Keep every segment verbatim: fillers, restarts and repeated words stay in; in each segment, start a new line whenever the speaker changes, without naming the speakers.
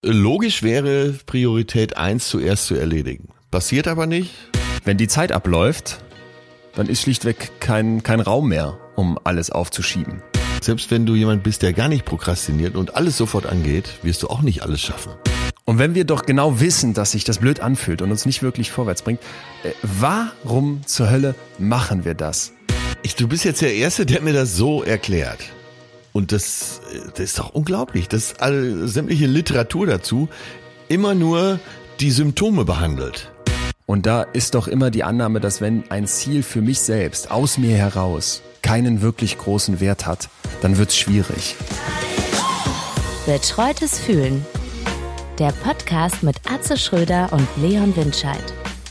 Logisch wäre Priorität eins zuerst zu erledigen. Passiert aber nicht.
Wenn die Zeit abläuft, dann ist schlichtweg kein, kein Raum mehr, um alles aufzuschieben.
Selbst wenn du jemand bist, der gar nicht prokrastiniert und alles sofort angeht, wirst du auch nicht alles schaffen.
Und wenn wir doch genau wissen, dass sich das blöd anfühlt und uns nicht wirklich vorwärts bringt, äh, warum zur Hölle machen wir das?
Ich, du bist jetzt der Erste, der mir das so erklärt. Und das, das ist doch unglaublich, dass alle, sämtliche Literatur dazu immer nur die Symptome behandelt.
Und da ist doch immer die Annahme, dass wenn ein Ziel für mich selbst, aus mir heraus, keinen wirklich großen Wert hat, dann wird's schwierig.
Betreutes Fühlen. Der Podcast mit Atze Schröder und Leon Windscheid.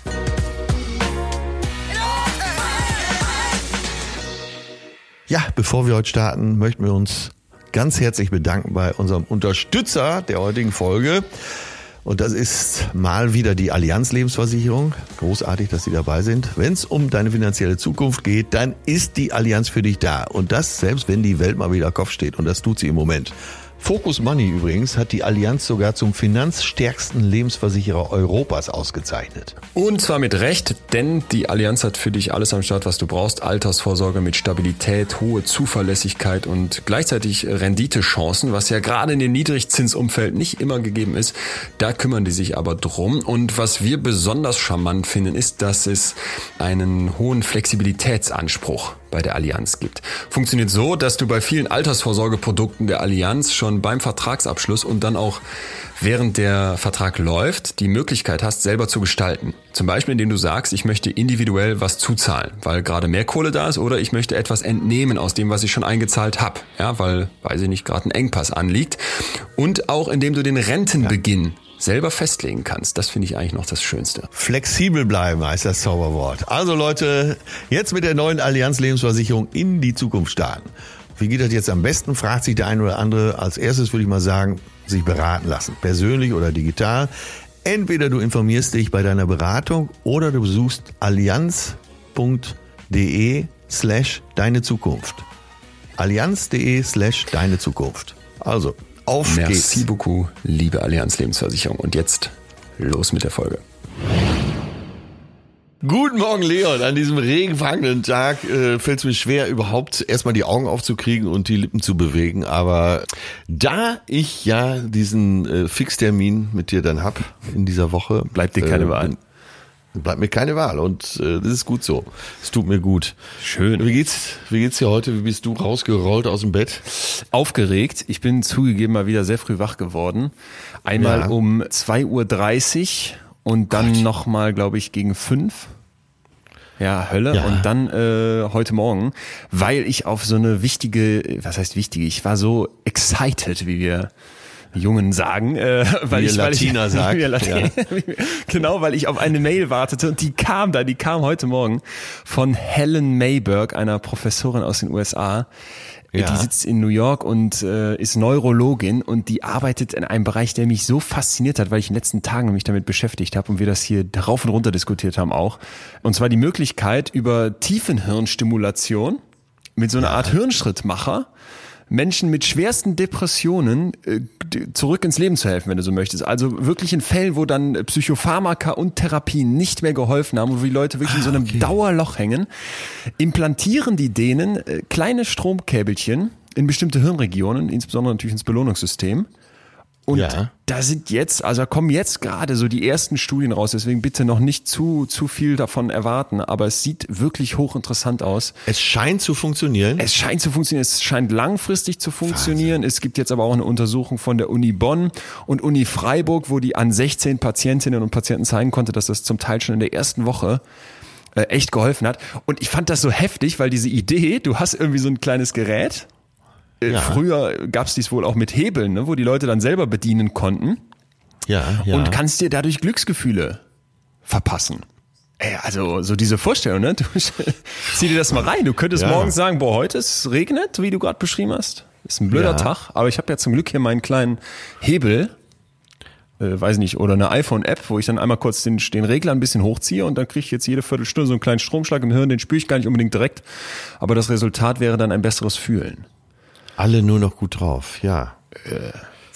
Ja, bevor wir heute starten, möchten wir uns ganz herzlich bedanken bei unserem Unterstützer der heutigen Folge. Und das ist mal wieder die Allianz Lebensversicherung. Großartig, dass Sie dabei sind. Wenn es um deine finanzielle Zukunft geht, dann ist die Allianz für dich da. Und das selbst, wenn die Welt mal wieder Kopf steht. Und das tut sie im Moment. Focus Money übrigens hat die Allianz sogar zum finanzstärksten Lebensversicherer Europas ausgezeichnet.
Und zwar mit Recht, denn die Allianz hat für dich alles am Start, was du brauchst. Altersvorsorge mit Stabilität, hohe Zuverlässigkeit und gleichzeitig Renditechancen, was ja gerade in dem Niedrigzinsumfeld nicht immer gegeben ist. Da kümmern die sich aber drum. Und was wir besonders charmant finden, ist, dass es einen hohen Flexibilitätsanspruch bei der Allianz gibt. Funktioniert so, dass du bei vielen Altersvorsorgeprodukten der Allianz schon beim Vertragsabschluss und dann auch während der Vertrag läuft, die Möglichkeit hast, selber zu gestalten. Zum Beispiel, indem du sagst, ich möchte individuell was zuzahlen, weil gerade mehr Kohle da ist, oder ich möchte etwas entnehmen aus dem, was ich schon eingezahlt habe, ja, weil, weiß ich nicht, gerade ein Engpass anliegt. Und auch indem du den Rentenbeginn ja. selber festlegen kannst. Das finde ich eigentlich noch das Schönste.
Flexibel bleiben heißt das Zauberwort. Also Leute, jetzt mit der neuen Allianz Lebensversicherung in die Zukunft starten. Wie geht das jetzt am besten, fragt sich der eine oder andere. Als erstes würde ich mal sagen, sich beraten lassen. Persönlich oder digital. Entweder du informierst dich bei deiner Beratung oder du besuchst allianz.de slash deine Zukunft. allianz.de slash deine Zukunft. Also, auf
Merci
geht's.
Merci beaucoup, liebe Allianz Lebensversicherung. Und jetzt los mit der Folge.
Guten Morgen, Leon. An diesem regenfangenden Tag äh, fällt es mir schwer, überhaupt erstmal die Augen aufzukriegen und die Lippen zu bewegen. Aber da ich ja diesen äh, Fixtermin mit dir dann hab in dieser Woche,
bleibt dir keine
äh,
Wahl.
Bleibt mir keine Wahl und äh, das ist gut so. Es tut mir gut.
Schön.
Wie geht's? Wie geht's dir heute? Wie bist du rausgerollt aus dem Bett?
Aufgeregt. Ich bin zugegeben mal wieder sehr früh wach geworden. Einmal ja. um zwei Uhr dreißig und dann Gott. noch mal, glaube ich, gegen fünf. Ja, Hölle. Ja. Und dann äh, heute Morgen, weil ich auf so eine wichtige, was heißt wichtige? Ich war so excited, wie wir Jungen sagen, äh, weil
wie
ich
Latina
weil ich,
sagt.
Latina, ja. Genau, weil ich auf eine Mail wartete und die kam da, die kam heute Morgen von Helen Mayberg, einer Professorin aus den U S A. Ja. Die sitzt in New York und äh, ist Neurologin und die arbeitet in einem Bereich, der mich so fasziniert hat, weil ich in den letzten Tagen mich damit beschäftigt habe und wir das hier rauf und runter diskutiert haben auch. Und zwar die Möglichkeit, über Tiefenhirnstimulation mit so einer ja. Art Hirnschrittmacher Menschen mit schwersten Depressionen äh, zurück ins Leben zu helfen, wenn du so möchtest. Also wirklich in Fällen, wo dann Psychopharmaka und Therapien nicht mehr geholfen haben, wo die Leute wirklich in so einem okay. Dauerloch hängen, implantieren die denen äh, kleine Stromkäbelchen in bestimmte Hirnregionen, insbesondere natürlich ins Belohnungssystem. Und ja. da sind jetzt, also da kommen jetzt gerade so die ersten Studien raus, deswegen bitte noch nicht zu zu viel davon erwarten, aber es sieht wirklich hochinteressant aus.
Es scheint zu funktionieren.
Es scheint zu funktionieren, es scheint langfristig zu funktionieren. Wahnsinn. Es gibt jetzt aber auch eine Untersuchung von der Uni Bonn und Uni Freiburg, wo die an sechzehn Patientinnen und Patienten zeigen konnte, dass das zum Teil schon in der ersten Woche äh, echt geholfen hat. Und ich fand das so heftig, weil diese Idee, du hast irgendwie so ein kleines Gerät. Ja. Früher gab's dies wohl auch mit Hebeln, ne, wo die Leute dann selber bedienen konnten.
Ja, ja.
Und kannst dir dadurch Glücksgefühle verpassen. Ey, also so diese Vorstellung, ne? Du, zieh dir das mal rein. Du könntest ja. morgens sagen, boah, heute es regnet, wie du gerade beschrieben hast. Ist ein blöder ja. Tag, aber ich habe ja zum Glück hier meinen kleinen Hebel, äh, weiß nicht, oder eine iPhone-App, wo ich dann einmal kurz den, den Regler ein bisschen hochziehe und dann kriege ich jetzt jede Viertelstunde so einen kleinen Stromschlag im Hirn, den spüre ich gar nicht unbedingt direkt. Aber das Resultat wäre dann ein besseres Fühlen.
Alle nur noch gut drauf, ja.
Äh,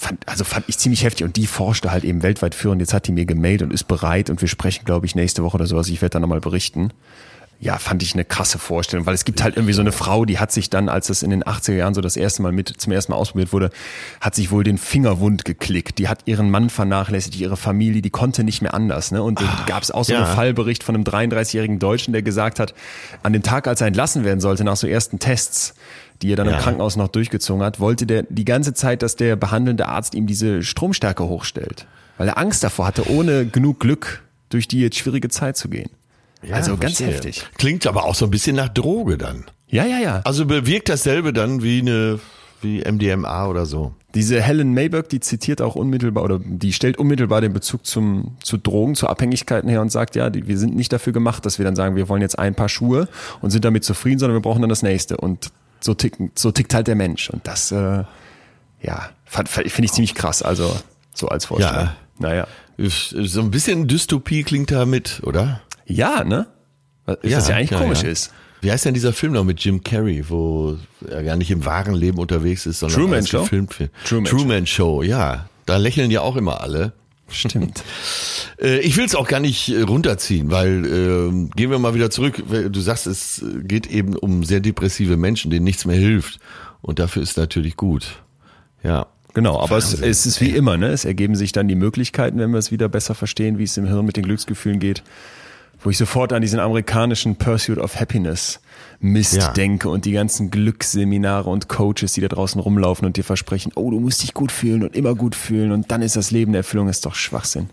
fand, also fand ich ziemlich heftig und die forschte halt eben weltweit führend. Jetzt hat die mir gemailt und ist bereit und wir sprechen, glaube ich, nächste Woche oder sowas. Ich werde dann nochmal berichten. Ja, fand ich eine krasse Vorstellung, weil es gibt halt irgendwie so eine Frau, die hat sich dann, als das in den achtziger Jahren so das erste Mal mit, zum ersten Mal ausprobiert wurde, hat sich wohl den Finger wund geklickt. Die hat ihren Mann vernachlässigt, ihre Familie, die konnte nicht mehr anders, ne? Und da gab es auch so ja. einen Fallbericht von einem dreiunddreißigjährigen Deutschen, der gesagt hat, an dem Tag, als er entlassen werden sollte, nach so ersten Tests, die er dann ja. im Krankenhaus noch durchgezogen hat, wollte der die ganze Zeit, dass der behandelnde Arzt ihm diese Stromstärke hochstellt. Weil er Angst davor hatte, ohne genug Glück durch die jetzt schwierige Zeit zu gehen. Ja, also ganz verstehe. heftig.
Klingt aber auch so ein bisschen nach Droge dann.
Ja, ja, ja.
Also bewirkt dasselbe dann wie eine wie M D M A oder so.
Diese Helen Mayberg, die zitiert auch unmittelbar oder die stellt unmittelbar den Bezug zum zu Drogen, zu Abhängigkeiten her und sagt, ja, die, wir sind nicht dafür gemacht, dass wir dann sagen, wir wollen jetzt ein paar Schuhe und sind damit zufrieden, sondern wir brauchen dann das nächste. Und so ticken, so tickt halt der Mensch. Und das, äh, ja, finde ich ziemlich krass. Also so als Vorstellung.
Ja.
Naja.
So ein bisschen Dystopie klingt da mit, oder?
Ja, ne? Was ja, ja eigentlich ja, komisch ja. ist.
Wie heißt denn dieser Film noch mit Jim Carrey, wo er gar nicht im wahren Leben unterwegs ist, sondern
Truman
als
Show?
gefilmt wird?
Truman,
Truman Show. Show, ja. Da lächeln ja auch immer alle.
Stimmt.
Ich will es auch gar nicht runterziehen, weil äh, gehen wir mal wieder zurück. Du sagst, es geht eben um sehr depressive Menschen, denen nichts mehr hilft. Und dafür ist natürlich gut. Ja.
Genau, aber es, es ist wie immer, ne? Es ergeben sich dann die Möglichkeiten, wenn wir es wieder besser verstehen, wie es im Hirn mit den Glücksgefühlen geht, wo ich sofort an diesen amerikanischen Pursuit of Happiness Mist ja. denke und die ganzen Glücksseminare und Coaches, die da draußen rumlaufen und dir versprechen, oh, du musst dich gut fühlen und immer gut fühlen und dann ist das Leben eine Erfüllung, ist doch Schwachsinn.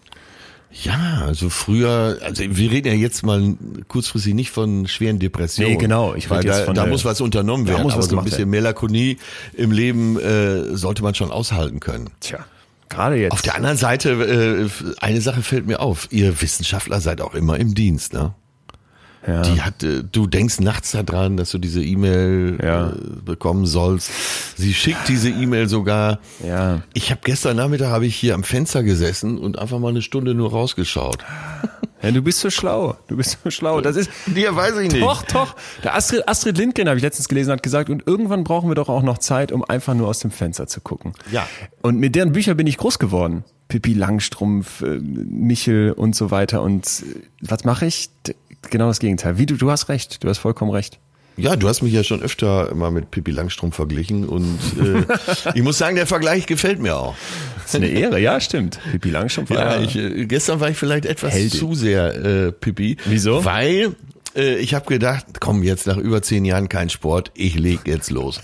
Ja, also früher, also wir reden ja jetzt mal kurzfristig nicht von schweren Depressionen.
Nee, genau. Ich rede
jetzt
da,
von da muss was unternommen werden,
muss
aber
was
so ein bisschen
werden.
Melancholie im Leben äh, sollte man schon aushalten können.
Tja, gerade jetzt.
Auf der anderen Seite, äh, eine Sache fällt mir auf, ihr Wissenschaftler seid auch immer im Dienst, ne? Ja. Die hat, du denkst nachts daran, dass du diese E-Mail
ja.
äh, bekommen sollst. Sie schickt diese E-Mail sogar.
Ja.
Ich habe gestern Nachmittag habe ich hier am Fenster gesessen und einfach mal eine Stunde nur rausgeschaut.
Ja, du bist so schlau. Du bist so schlau. Das ist.
Dir weiß ich nicht.
Doch, doch. Der Astrid, Astrid Lindgren, habe ich letztens gelesen, hat gesagt, und irgendwann brauchen wir doch auch noch Zeit, um einfach nur aus dem Fenster zu gucken.
Ja.
Und mit deren Büchern bin ich groß geworden. Pippi Langstrumpf, Michel und so weiter. Und was mache ich? Genau das Gegenteil. Wie du, du hast recht. Du hast vollkommen recht.
Ja, du hast mich ja schon öfter mal mit Pippi Langstrumpf verglichen und äh, ich muss sagen, der Vergleich gefällt mir auch.
Das ist eine Ehre, ja, stimmt. Pippi Langstrumpf war
ja, ich, äh, gestern war ich vielleicht etwas
Heldin.
zu sehr äh, Pippi.
Wieso?
Weil äh, ich habe gedacht, komm, jetzt nach über zehn Jahren kein Sport, ich leg jetzt los.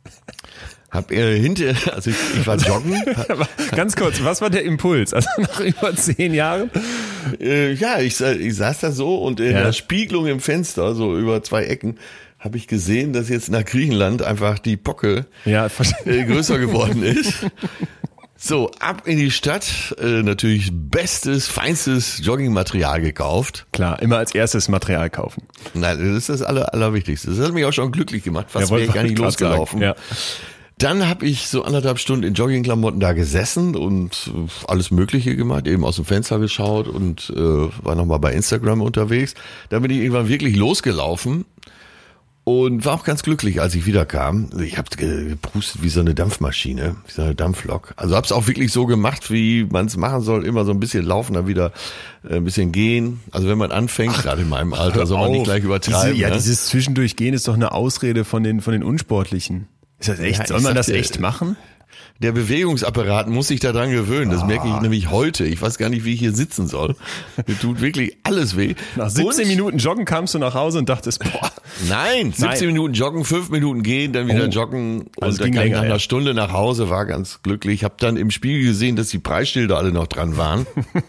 Hab äh, hinter, also ich, ich war joggen.
Ganz kurz, was war der Impuls? Also nach über zehn Jahren?
Äh, ja, ich, ich saß da so und in ja. der Spiegelung im Fenster, so über zwei Ecken, habe ich gesehen, dass jetzt nach Griechenland einfach die Pocke
ja,
äh, größer geworden ist. So, ab in die Stadt, äh, natürlich bestes, feinstes Joggingmaterial gekauft.
Klar, immer als erstes Material kaufen.
Nein, das ist das Aller, Allerwichtigste. Das hat mich auch schon glücklich gemacht, fast ja, wäre ich gar nicht losgelaufen. Ja. Dann habe ich so anderthalb Stunden in Joggingklamotten da gesessen und alles Mögliche gemacht, eben aus dem Fenster geschaut und äh, war nochmal bei Instagram unterwegs. Dann bin ich irgendwann wirklich losgelaufen und war auch ganz glücklich, als ich wiederkam. Ich habe geprustet wie so eine Dampfmaschine, wie so eine Dampflok. Also habe es auch wirklich so gemacht, wie man es machen soll, immer so ein bisschen laufen, dann wieder äh, ein bisschen gehen. Also wenn man anfängt, gerade in meinem Alter, soll man nicht gleich übertreiben.
Diese, ja,
ne?
dieses Zwischendurch gehen ist doch eine Ausrede von den von den Unsportlichen. Ist das echt? Ja, soll man das dir, echt machen?
Der Bewegungsapparat muss sich daran gewöhnen. Das oh. merke ich nämlich heute. Ich weiß gar nicht, wie ich hier sitzen soll. Mir tut wirklich alles weh.
Nach siebzehn und, Minuten Joggen kamst du nach Hause und dachtest, boah.
Nein, siebzehn Nein. Minuten Joggen, fünf Minuten gehen, dann wieder oh. joggen. Und also dann kam ich nach einer ja. Stunde nach Hause, war ganz glücklich. Hab dann im Spiegel gesehen, dass die Preisschilder alle noch dran waren.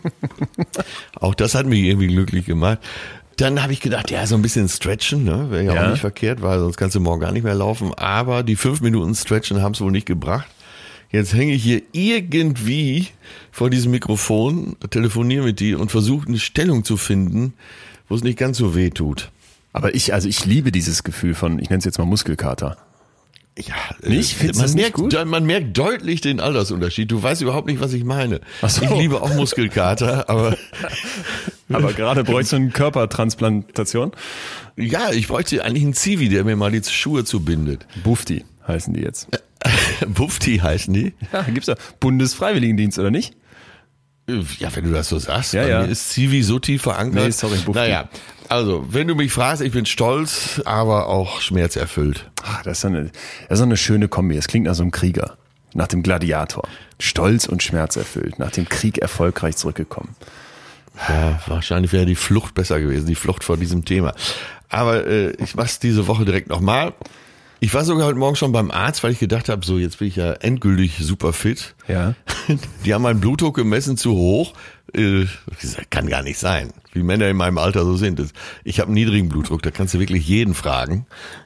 Auch das hat mich irgendwie glücklich gemacht. Dann habe ich gedacht, ja, so ein bisschen stretchen, ne, wäre ja, ja auch nicht verkehrt, weil sonst kannst du morgen gar nicht mehr laufen. Aber die fünf Minuten stretchen haben es wohl nicht gebracht. Jetzt hänge ich hier irgendwie vor diesem Mikrofon, telefoniere mit dir und versuche eine Stellung zu finden, wo es nicht ganz so weh tut.
Aber ich, also ich liebe dieses Gefühl von, ich nenne es jetzt mal Muskelkater.
Ja,
nicht?
Findest man, merkt, nicht gut? man merkt deutlich den Altersunterschied. Du weißt überhaupt nicht, was ich meine. Ach so. Ich liebe auch Muskelkater, aber...
aber gerade bräuchst du eine Körpertransplantation?
Ja, ich bräuchte eigentlich einen Zivi, der mir mal die Schuhe zubindet.
Bufti heißen die jetzt.
Bufti heißen die.
Ja, gibt's doch Bundesfreiwilligendienst, oder nicht?
Ja, wenn du das so sagst,
ja,
bei
ja.
mir ist Zivi so tief verankert.
Nee, sorry, Bufti.
Naja, also, wenn du mich fragst, ich bin stolz, aber auch schmerzerfüllt.
Ach, das ist so eine, das ist so eine schöne Kombi. Das klingt nach so einem Krieger, nach dem Gladiator. Stolz und schmerzerfüllt, nach dem Krieg erfolgreich zurückgekommen.
Ja, wahrscheinlich wäre die Flucht besser gewesen, die Flucht vor diesem Thema. Aber äh, ich mach's diese Woche direkt nochmal. Ich war sogar heute Morgen schon beim Arzt, weil ich gedacht habe, so jetzt bin ich ja endgültig super fit.
Ja.
Die haben meinen Blutdruck gemessen, zu hoch. Äh, das kann gar nicht sein, wie Männer in meinem Alter so sind. Ich habe einen niedrigen Blutdruck, da kannst du wirklich jeden fragen.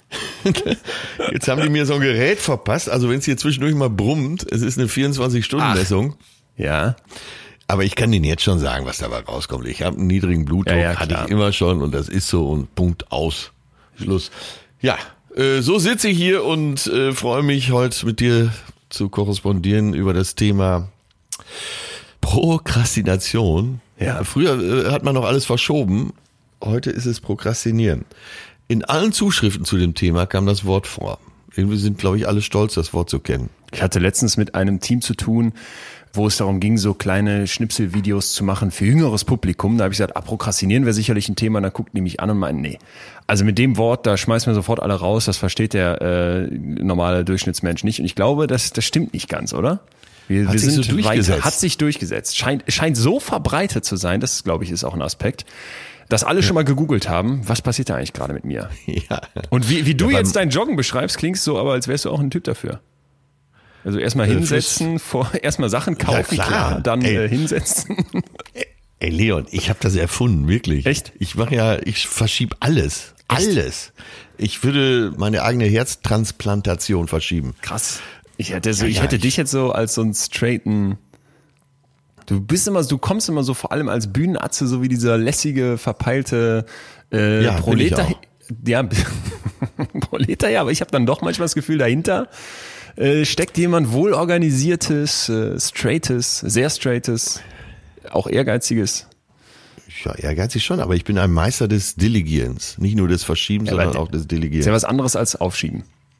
Jetzt haben die mir so ein Gerät verpasst, also wenn es hier zwischendurch mal brummt, es ist eine vierundzwanzig-Stunden-Messung.
Ja.
Aber ich kann Ihnen jetzt schon sagen, was dabei rauskommt. Ich habe einen niedrigen Blutdruck,
ja, ja,
hatte ich immer schon und das ist so und Punkt aus. Schluss. Ja, äh, so sitze ich hier und äh, freue mich heute mit dir zu korrespondieren über das Thema Prokrastination. Ja. Früher äh, hat man noch alles verschoben, heute ist es Prokrastinieren. In allen Zuschriften zu dem Thema kam das Wort vor. Irgendwie sind, glaube ich, alle stolz, das Wort zu kennen.
Ich hatte letztens mit einem Team zu tun, wo es darum ging, so kleine Schnipselvideos zu machen für jüngeres Publikum. Da habe ich gesagt, ah, Prokrastinieren wäre sicherlich ein Thema. Und da guckt die mich an und meinen, nee. Also mit dem Wort, da schmeißen wir sofort alle raus. Das versteht der äh, normale Durchschnittsmensch nicht. Und ich glaube, das, das stimmt nicht ganz, oder? Wir,
hat
wir
sich
sind
so durchgesetzt.
Weiter, hat sich durchgesetzt. Scheint, scheint so verbreitet zu sein, das glaube ich ist auch ein Aspekt, dass alle schon mal gegoogelt haben, was passiert da eigentlich gerade mit mir?
Ja.
Und wie, wie du
ja,
jetzt dein Joggen beschreibst, klingst so, aber als wärst du auch ein Typ dafür. Also erstmal hinsetzen, vor erstmal Sachen kaufen,
ja, klar.
klar, dann
Ey.
äh, hinsetzen.
Ey Leon, ich habe das erfunden, wirklich.
Echt?
Ich mache ja, ich verschiebe alles. Echt? Alles. Ich würde meine eigene Herztransplantation verschieben.
Krass. Ich hätte so,
Ja,
ich
ja,
hätte
ich-
dich jetzt so als so ein straighten. Du bist immer, du kommst immer so vor allem als Bühnenatze, so wie dieser lässige, verpeilte äh,
Ja, bin ich
Proletar.
auch.
Ja, Proletar, ja, aber ich habe dann doch manchmal das Gefühl, dahinter äh, steckt jemand wohlorganisiertes, äh, straightes, sehr straightes, auch ehrgeiziges.
Ja, ehrgeizig schon, aber ich bin ein Meister des Delegierens. Nicht nur des Verschiebens,
Ja, aber
sondern
de-
auch des
Ist
Delegierens.
ja was anderes als Aufschieben.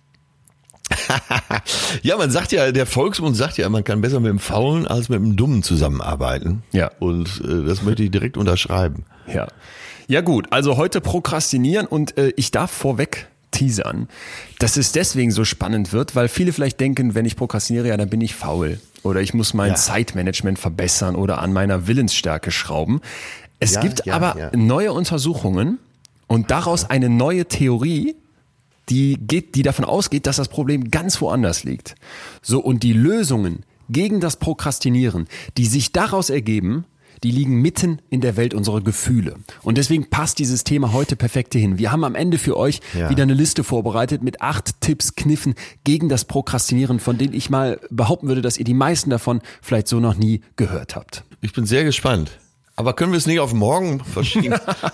Ja, man sagt ja, der Volksmund sagt ja, man kann besser mit dem Faulen als mit dem Dummen zusammenarbeiten.
Ja.
Und äh, das möchte ich direkt unterschreiben.
Ja. Ja gut, also heute Prokrastinieren und äh, ich darf vorweg teasern, dass es deswegen so spannend wird, weil viele vielleicht denken, wenn ich prokrastiniere, ja, dann bin ich faul oder ich muss mein
Ja.
Zeitmanagement verbessern oder an meiner Willensstärke schrauben. Es
Ja,
gibt
ja,
aber
ja.
neue Untersuchungen und daraus eine neue Theorie, die geht, die davon ausgeht, dass das Problem ganz woanders liegt. So, und die Lösungen gegen das Prokrastinieren, die sich daraus ergeben, die liegen mitten in der Welt unserer Gefühle. Und deswegen passt dieses Thema heute perfekt hierhin. Wir haben am Ende für euch
Ja.
wieder eine Liste vorbereitet mit acht Tipps, Kniffen gegen das Prokrastinieren, von denen ich mal behaupten würde, dass ihr die meisten davon vielleicht so noch nie gehört habt.
Ich bin sehr gespannt. Aber können wir es nicht auf morgen verschieben?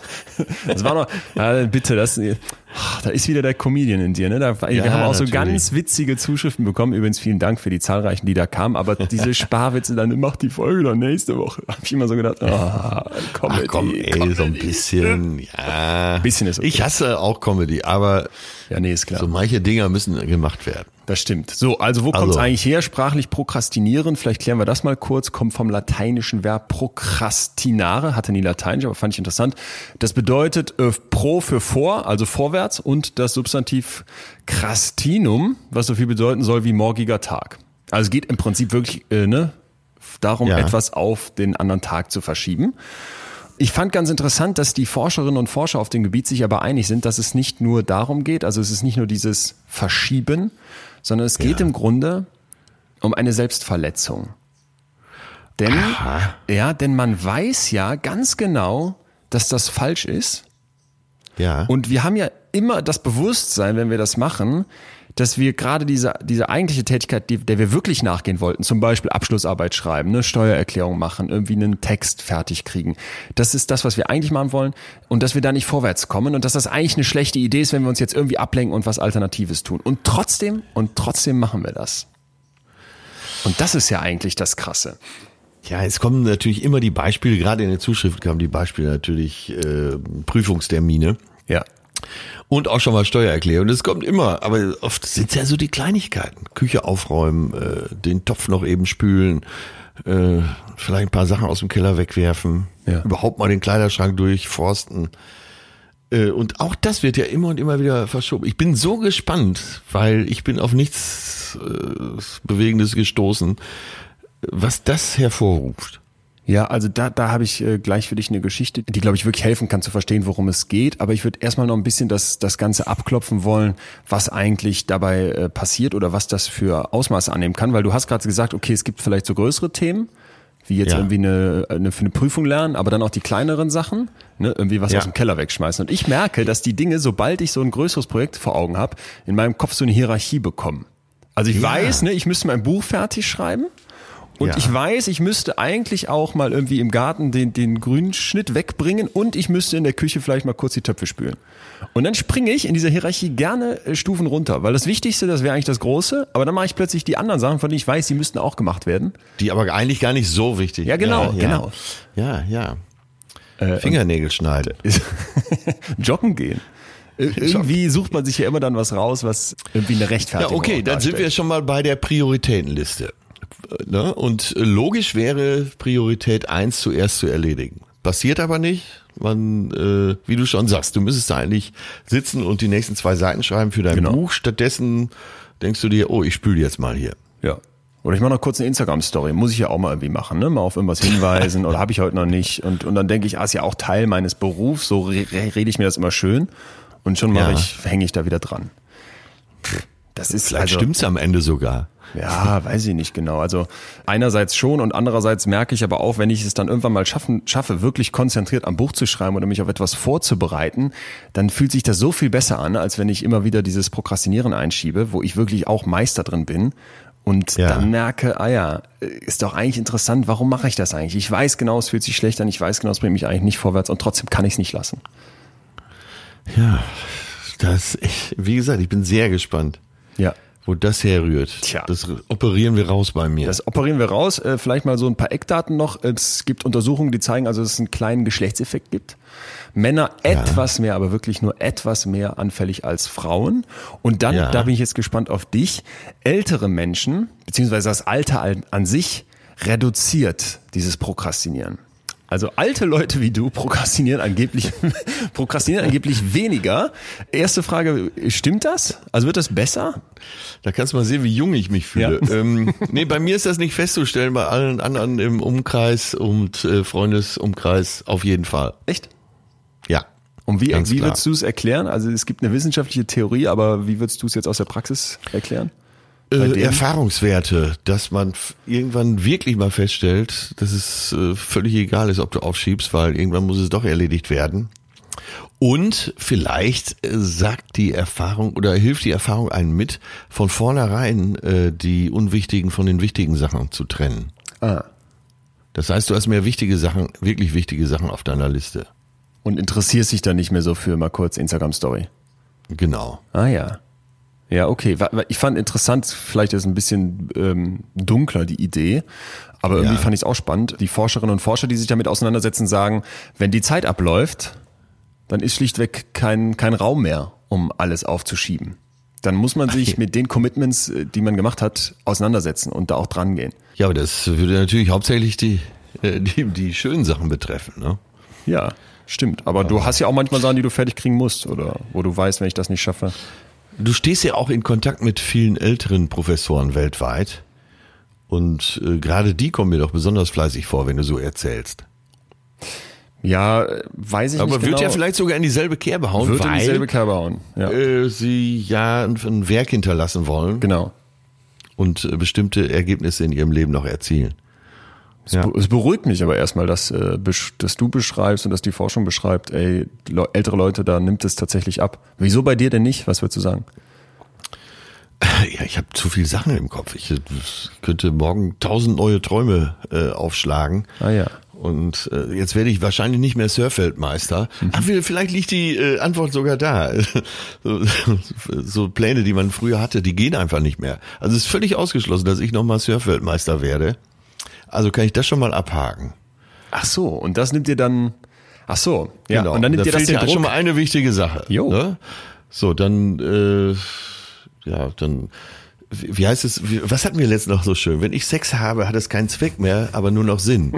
Das war noch, ja, bitte, das, da ist wieder der Comedian in dir, ne? Da, wir
Ja,
haben auch so
natürlich.
ganz witzige Zuschriften bekommen. Übrigens vielen Dank für die zahlreichen, die da kamen. Aber diese Sparwitze, dann macht die Folge dann nächste Woche. Hab ich immer so gedacht, ah, Comedy,
Ach komm, ey,
Comedy.
so ein bisschen, ja.
Bisschen ist okay.
Ich hasse auch Comedy, aber
Ja, nee, ist klar.
so manche Dinger müssen gemacht werden.
Das stimmt. So, also wo kommt es
Also.
eigentlich her? Sprachlich prokrastinieren, vielleicht klären wir das mal kurz, kommt vom lateinischen Verb procrastinare, hatte nie Lateinisch, aber fand ich interessant. Das bedeutet äh, pro für vor, also vorwärts und das Substantiv crastinum, was so viel bedeuten soll wie morgiger Tag. Also es geht im Prinzip wirklich äh, ne, darum,
Ja.
etwas auf den anderen Tag zu verschieben. Ich fand ganz interessant, dass die Forscherinnen und Forscher auf dem Gebiet sich aber einig sind, dass es nicht nur darum geht, also es ist nicht nur dieses Verschieben, sondern es geht
Ja.
im Grunde um eine Selbstverletzung. Denn,
Aha.
ja, denn man weiß ja ganz genau, dass das falsch ist.
Ja.
Und wir haben ja immer das Bewusstsein, wenn wir das machen, dass wir gerade diese, diese eigentliche Tätigkeit, die, der wir wirklich nachgehen wollten, zum Beispiel Abschlussarbeit schreiben, eine Steuererklärung machen, irgendwie einen Text fertig kriegen. Das ist das, was wir eigentlich machen wollen und dass wir da nicht vorwärts kommen und dass das eigentlich eine schlechte Idee ist, wenn wir uns jetzt irgendwie ablenken und was Alternatives tun. Und trotzdem, und trotzdem machen wir das. Und das ist ja eigentlich das Krasse.
Ja, es kommen natürlich immer die Beispiele, gerade in der Zuschrift kamen die Beispiele natürlich, äh, Prüfungstermine.
Ja.
Und auch schon mal Steuererklärung. Das kommt immer, aber oft sind es ja so die Kleinigkeiten. Küche aufräumen, äh, den Topf noch eben spülen, äh, vielleicht ein paar Sachen aus dem Keller wegwerfen, ja. Überhaupt mal den Kleiderschrank durchforsten. Äh, und auch das wird ja immer und immer wieder verschoben. Ich bin so gespannt, weil ich bin auf nichts äh, Bewegendes gestoßen, was das hervorruft.
Ja, also da, da habe ich äh, gleich für dich eine Geschichte, die, glaube ich, wirklich helfen kann zu verstehen, worum es geht. Aber ich würde erstmal noch ein bisschen das, das Ganze abklopfen wollen, was eigentlich dabei äh, passiert oder was das für Ausmaße annehmen kann. Weil du hast gerade gesagt, okay, es gibt vielleicht so größere Themen, wie jetzt ja. irgendwie eine, eine für eine Prüfung lernen, aber dann auch die kleineren Sachen, ne, irgendwie was ja. aus dem Keller wegschmeißen. Und ich merke, dass die Dinge, sobald ich so ein größeres Projekt vor Augen habe, in meinem Kopf so eine Hierarchie bekommen. Also ich ja. weiß, ne, ich müsste mein Buch fertig schreiben. Und ja. ich weiß, ich müsste eigentlich auch mal irgendwie im Garten den, den grünen Schnitt wegbringen und ich müsste in der Küche vielleicht mal kurz die Töpfe spülen. Und dann springe ich in dieser Hierarchie gerne Stufen runter, weil das Wichtigste, das wäre eigentlich das Große, aber dann mache ich plötzlich die anderen Sachen, von denen ich weiß, die müssten auch gemacht werden.
Die aber eigentlich gar nicht so wichtig.
Ja, genau, ja, genau.
Ja, ja. ja. Äh, Fingernägel schneiden.
Joggen gehen. Irgendwie sucht man sich ja immer dann was raus, was irgendwie eine Rechtfertigung
Ja, okay, dann sind wir schon mal bei der Prioritätenliste. Ne? Und logisch wäre Priorität eins zuerst zu erledigen. Passiert aber nicht. Man, äh, wie du schon sagst, du müsstest da eigentlich sitzen und die nächsten zwei Seiten schreiben für dein genau. Buch. Stattdessen denkst du dir, oh, ich spüle jetzt mal hier.
Ja. Oder ich mache noch kurz eine Instagram-Story. Muss ich ja auch mal irgendwie machen, ne? Mal auf irgendwas hinweisen oder habe ich heute noch nicht. Und, und dann denke ich, ah, ist ja auch Teil meines Berufs. So re- rede ich mir das immer schön. Und schon mache ja. ich, hänge ich da wieder dran. Das ist
Vielleicht
also,
stimmt's am Ende sogar.
Ja, weiß ich nicht genau. Also einerseits schon und andererseits merke ich aber auch, wenn ich es dann irgendwann mal schaffen, schaffe, wirklich konzentriert am Buch zu schreiben oder mich auf etwas vorzubereiten, dann fühlt sich das so viel besser an, als wenn ich immer wieder dieses Prokrastinieren einschiebe, wo ich wirklich auch Meister drin bin und ja. dann merke, ah ja, ist doch eigentlich interessant, warum mache ich das eigentlich? Ich weiß genau, es fühlt sich schlecht an, ich weiß genau, es bringt mich eigentlich nicht vorwärts und trotzdem kann ich es nicht lassen.
Ja, das, ich, wie gesagt, ich bin sehr gespannt.
Ja.
Wo das herrührt.
Tja.
Das operieren wir raus bei mir.
Das operieren wir raus. Äh, vielleicht mal so ein paar Eckdaten noch. Es gibt Untersuchungen, die zeigen, also, dass es einen kleinen Geschlechtseffekt gibt. Männer ja. etwas mehr, aber wirklich nur etwas mehr anfällig als Frauen. Und dann, ja. da bin ich jetzt gespannt auf dich, ältere Menschen, beziehungsweise das Alter an sich, reduziert dieses Prokrastinieren. Also alte Leute wie du prokrastinieren angeblich prokrastinieren angeblich weniger. Erste Frage, stimmt das? Also wird das besser?
Da kannst du mal sehen, wie jung ich mich fühle. Ja. Ähm, nee, bei mir ist das nicht festzustellen, bei allen anderen im Umkreis und äh, Freundesumkreis auf jeden Fall.
Echt?
Ja.
Und wie, wie würdest du es erklären? Also es gibt eine wissenschaftliche Theorie, aber wie würdest du es jetzt aus der Praxis erklären?
Äh, Erfahrungswerte, dass man f- irgendwann wirklich mal feststellt, dass es äh, völlig egal ist, ob du aufschiebst, weil irgendwann muss es doch erledigt werden. Und vielleicht äh, sagt die Erfahrung oder hilft die Erfahrung einem mit, von vornherein äh, die unwichtigen von den wichtigen Sachen zu trennen.
Ah.
Das heißt, du hast mehr wichtige Sachen, wirklich wichtige Sachen auf deiner Liste.
Und interessierst dich dann nicht mehr so für mal kurz Instagram-Story.
Genau.
Ah ja. Ja, okay. Ich fand interessant, vielleicht ist es ein bisschen ähm, dunkler, die Idee, aber irgendwie ja. fand ich es auch spannend. Die Forscherinnen und Forscher, die sich damit auseinandersetzen, sagen, wenn die Zeit abläuft, dann ist schlichtweg kein, kein Raum mehr, um alles aufzuschieben. Dann muss man sich mit den Commitments, die man gemacht hat, auseinandersetzen und da auch dran gehen.
Ja, aber das würde natürlich hauptsächlich die, die, die schönen Sachen betreffen, ne?
Ja, stimmt. Aber ja. du hast ja auch manchmal Sachen, die du fertig kriegen musst oder wo du weißt, wenn ich das nicht schaffe.
Du stehst ja auch in Kontakt mit vielen älteren Professoren weltweit und äh, gerade die kommen mir doch besonders fleißig vor, wenn du so erzählst.
Ja, weiß ich
Aber
nicht
wird
genau.
ja vielleicht sogar in dieselbe Kerbe hauen,
wird
weil
in dieselbe Kerbe hauen. Ja.
Äh, sie ja ein, ein Werk hinterlassen wollen.
Genau.
Und äh, bestimmte Ergebnisse in ihrem Leben noch erzielen.
Es, ja. be- es beruhigt mich aber erstmal, dass, äh, besch- dass du beschreibst und dass die Forschung beschreibt, ey, le- ältere Leute, da nimmt es tatsächlich ab. Wieso bei dir denn nicht? Was würdest du sagen?
Ja, ich habe zu viele Sachen im Kopf. Ich, ich könnte morgen tausend neue Träume äh, aufschlagen.
Ah ja.
Und äh, jetzt werde ich wahrscheinlich nicht mehr Surfweltmeister. Mhm. Ach, vielleicht liegt die äh, Antwort sogar da. so, so Pläne, die man früher hatte, die gehen einfach nicht mehr. Also es ist völlig ausgeschlossen, dass ich nochmal Surfweltmeister werde. Also kann ich das schon mal abhaken.
Ach so, und das nimmt dir dann... Ach so, ja.
Genau.
Und dann nimmt
da
dir das
fehlt
den
ja
Druck.
schon mal eine wichtige Sache.
Jo.
Ne? So, dann, äh, ja, dann, wie heißt es, wie, was hatten wir letztens noch so schön? Wenn ich Sex habe, hat es keinen Zweck mehr, aber nur noch Sinn.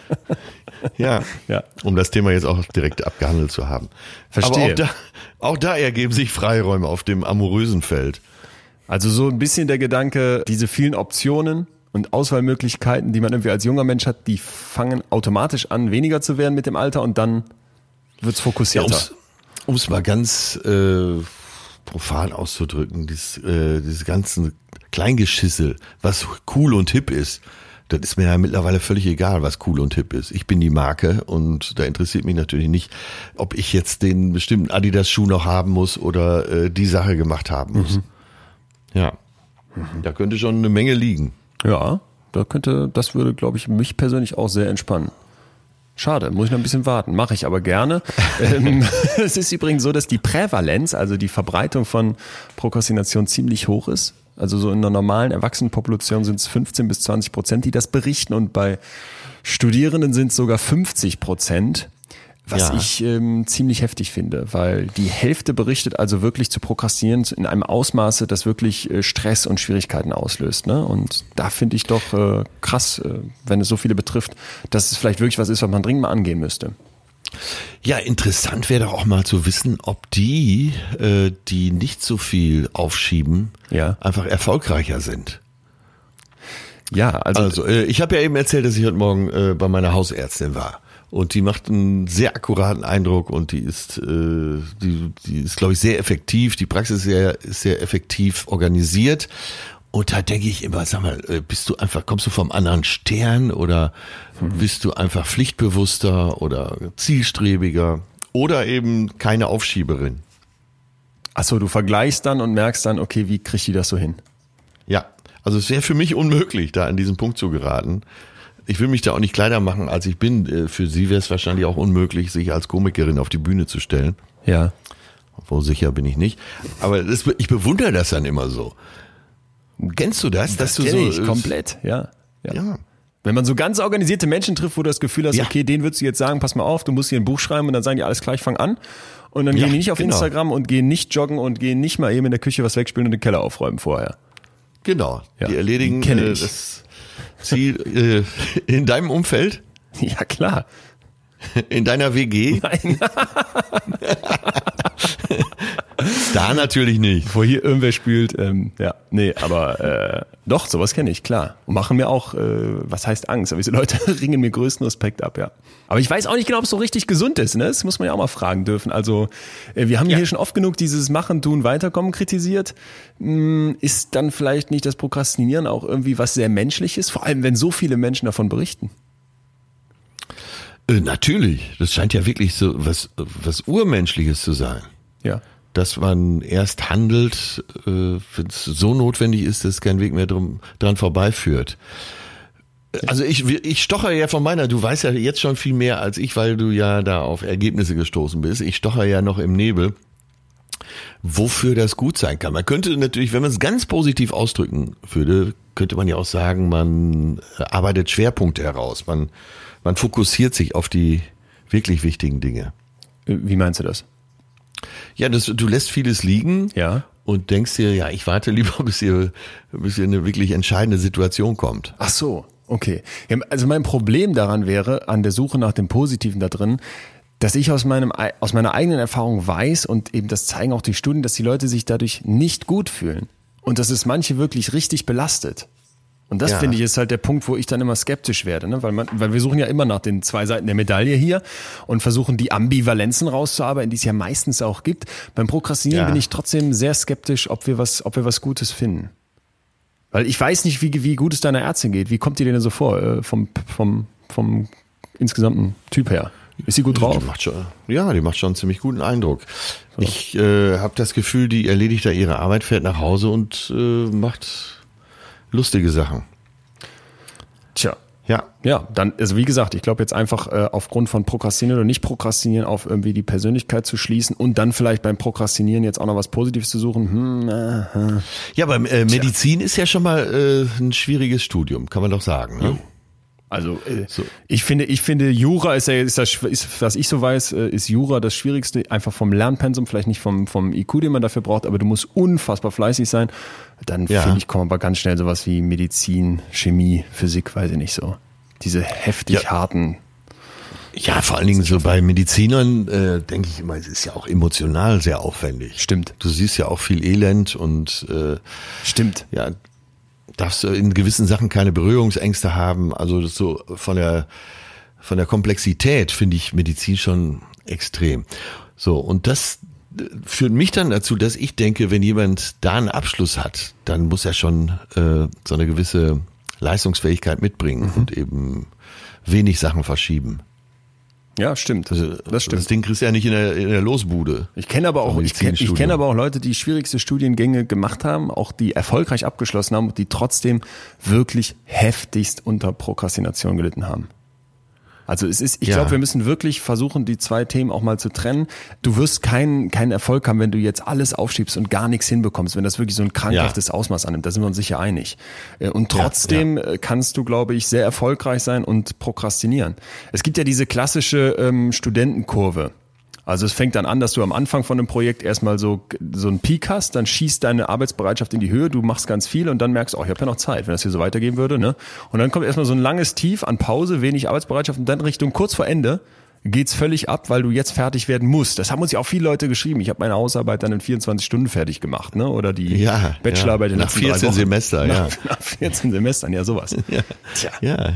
Ja.
Ja.
Um das Thema jetzt auch direkt abgehandelt zu haben.
Verstehe.
Aber auch da, auch da ergeben sich Freiräume auf dem amorösen Feld.
Also so ein bisschen der Gedanke, diese vielen Optionen und Auswahlmöglichkeiten, die man irgendwie als junger Mensch hat, die fangen automatisch an, weniger zu werden mit dem Alter und dann wird's fokussierter.
Ja, um es mal ganz äh, profan auszudrücken, dieses, äh, dieses ganzen Kleingeschissel, was cool und hip ist, das ist mir ja mittlerweile völlig egal, was cool und hip ist. Ich bin die Marke und da interessiert mich natürlich nicht, ob ich jetzt den bestimmten Adidas-Schuh noch haben muss oder äh, die Sache gemacht haben muss. Mhm. Ja, mhm. Da könnte schon eine Menge liegen.
Ja, da könnte, das würde, glaube ich, mich persönlich auch sehr entspannen. Schade, muss ich noch ein bisschen warten. Mache ich aber gerne. ähm, es ist übrigens so, dass die Prävalenz, also die Verbreitung von Prokrastination ziemlich hoch ist. Also so in einer normalen Erwachsenenpopulation sind es fünfzehn bis zwanzig Prozent, die das berichten und bei Studierenden sind es sogar fünfzig Prozent, was
ja.
ich ähm, ziemlich heftig finde, weil die Hälfte berichtet also wirklich zu prokrastinieren in einem Ausmaße, das wirklich äh, Stress und Schwierigkeiten auslöst. Ne? Und da finde ich doch äh, krass, äh, wenn es so viele betrifft, dass es vielleicht wirklich was ist, was man dringend mal angehen müsste.
Ja, interessant wäre doch auch mal zu wissen, ob die, äh, die nicht so viel aufschieben,
ja.
einfach erfolgreicher sind.
Ja, also,
also äh, ich habe ja eben erzählt, dass ich heute Morgen äh, bei meiner Hausärztin war und die macht einen sehr akkuraten Eindruck und die ist, äh, die, die ist, glaube ich, sehr effektiv. Die Praxis ist sehr, ist sehr effektiv organisiert. Und da denke ich immer, sag mal, bist du einfach, kommst du vom anderen Stern oder bist du einfach pflichtbewusster oder zielstrebiger oder eben keine Aufschieberin?
Ach so, du vergleichst dann und merkst dann, okay, wie kriegt die das so hin?
Ja, also es wäre für mich unmöglich, da an diesen Punkt zu geraten. Ich will mich da auch nicht kleiner machen, als ich bin. Für sie wäre es wahrscheinlich auch unmöglich, sich als Komikerin auf die Bühne zu stellen.
Ja.
Obwohl sicher bin ich nicht. Aber das, ich bewundere das dann immer so. Kennst du das?
Das
dass
kenn
du
ich
so
komplett, ja.
Ja. ja.
Wenn man so ganz organisierte Menschen trifft, wo du das Gefühl hast,
Ja.
okay, denen würdest du jetzt sagen, pass mal auf, du musst hier ein Buch schreiben und dann sagen die alles gleich, fang an. Und dann
Ja,
gehen die nicht auf
genau.
Instagram und gehen nicht joggen und gehen nicht mal eben in der Küche was wegspülen und den Keller aufräumen vorher.
Genau.
Ja,
Die erledigen
kenn
äh,
ich.
das Ziel äh, in deinem Umfeld,
Ja, klar.
in deiner W G.
Nein.
Da natürlich nicht.
Bevor hier irgendwer spült, ähm, ja, nee, aber äh, doch, sowas kenne ich, klar. Und machen mir auch, äh, was heißt Angst, aber diese Leute ringen mir größten Respekt ab, ja. Aber ich weiß auch nicht genau, ob es so richtig gesund ist, ne? Das muss man ja auch mal fragen dürfen. Also äh, wir haben
Ja.
hier schon oft genug dieses Machen, Tun, Weiterkommen kritisiert. Hm, ist dann vielleicht nicht das Prokrastinieren auch irgendwie was sehr Menschliches, vor allem wenn so viele Menschen davon berichten?
Äh, natürlich. Das scheint ja wirklich so was, was Urmenschliches zu sein.
Ja.
Dass man erst handelt, äh, wenn es so notwendig ist, dass kein Weg mehr drum, dran vorbeiführt. Also ich, ich stocher ja von meiner, du weißt ja jetzt schon viel mehr als ich, weil du ja da auf Ergebnisse gestoßen bist. Ich stocher ja noch im Nebel, wofür das gut sein kann. Man könnte natürlich, wenn man es ganz positiv ausdrücken würde, könnte man ja auch sagen, man arbeitet Schwerpunkte heraus. Man, man fokussiert sich auf die wirklich wichtigen Dinge.
Wie meinst du das?
Ja, das, du lässt vieles liegen.
Ja.
Und denkst dir, ja, ich warte lieber, bis hier, bis hier eine wirklich entscheidende Situation kommt.
Ach so, okay. Ja, also mein Problem daran wäre, an der Suche nach dem Positiven da drin, dass ich aus meinem, aus meiner eigenen Erfahrung weiß und eben das zeigen auch die Studien, dass die Leute sich dadurch nicht gut fühlen. Und dass es manche wirklich richtig belastet. Und das
Ja.
finde ich ist halt der Punkt, wo ich dann immer skeptisch werde, ne? Weil man, weil wir suchen ja immer nach den zwei Seiten der Medaille hier und versuchen die Ambivalenzen rauszuarbeiten, die es ja meistens auch gibt. Beim Prokrastinieren
Ja.
bin ich trotzdem sehr skeptisch, ob wir was, ob wir was Gutes finden. Weil ich weiß nicht, wie, wie gut es deiner Ärztin geht. Wie kommt die denn so vor, äh, vom, vom, vom insgesamten Typ her? Ist sie gut drauf?
Die macht schon, ja, die macht schon einen ziemlich guten Eindruck. So. Ich äh, habe das Gefühl, die erledigt da ihre Arbeit, fährt nach Hause und äh, macht lustige Sachen.
Tja.
Ja.
Ja, dann, also wie gesagt, ich glaube jetzt einfach äh, aufgrund von Prokrastinieren oder nicht Prokrastinieren auf irgendwie die Persönlichkeit zu schließen und dann vielleicht beim Prokrastinieren jetzt auch noch was Positives zu suchen. Hm, äh, äh.
Ja, aber äh, Medizin ist ja schon mal äh, ein schwieriges Studium, kann man doch sagen. Ne?
Also äh, so. ich finde, ich finde Jura ist ja, ist das, ist, was ich so weiß, ist Jura das Schwierigste, einfach vom Lernpensum, vielleicht nicht vom vom I Q, den man dafür braucht, aber du musst unfassbar fleißig sein. Dann ja. finde ich, kommen aber ganz schnell sowas wie Medizin, Chemie, Physik, weiß ich nicht so. Diese heftig ja. harten.
Ja, vor allen Dingen so bei Medizinern äh, denke ich immer, es ist ja auch emotional sehr aufwendig.
Stimmt.
Du siehst ja auch viel Elend und äh,
stimmt.
Ja. Darfst du in gewissen Sachen keine Berührungsängste haben. Also das so von der von der Komplexität finde ich Medizin schon extrem. So, und das führt mich dann dazu, dass ich denke, wenn jemand da einen Abschluss hat, dann muss er schon äh, so eine gewisse Leistungsfähigkeit mitbringen mhm. und eben wenig Sachen verschieben.
Ja, stimmt.
Also, das stimmt. Das Ding kriegst du ja nicht in der, in der Losbude.
Ich kenne aber auch, ich kenne ich kenn aber auch Leute, die schwierigste Studiengänge gemacht haben, auch die erfolgreich abgeschlossen haben und die trotzdem wirklich heftigst unter Prokrastination gelitten haben. Also es ist, ich ja. glaube, wir müssen wirklich versuchen, die zwei Themen auch mal zu trennen. Du wirst keinen keinen Erfolg haben, wenn du jetzt alles aufschiebst und gar nichts hinbekommst, wenn das wirklich so ein krankhaftes ja. Ausmaß annimmt. Da sind wir uns sicher einig. Und trotzdem ja, ja. kannst du, glaube ich, sehr erfolgreich sein und prokrastinieren. Es gibt ja diese klassische ähm, Studentenkurve. Also es fängt dann an, dass du am Anfang von einem Projekt erstmal so so einen Peak hast, dann schießt deine Arbeitsbereitschaft in die Höhe, du machst ganz viel und dann merkst du, oh, ich habe ja noch Zeit, wenn das hier so weitergehen würde, ne? Und dann kommt erstmal so ein langes Tief an Pause, wenig Arbeitsbereitschaft und dann Richtung kurz vor Ende geht's völlig ab, weil du jetzt fertig werden musst. Das haben uns ja auch viele Leute geschrieben. Ich habe meine Hausarbeit dann in vierundzwanzig Stunden fertig gemacht, ne? Oder die
ja,
Bachelorarbeit
ja.
in
nach vierzehn Semester,
nach,
ja.
Nach vierzehn Semestern, ja sowas.
Ja.
Tja.
Ja.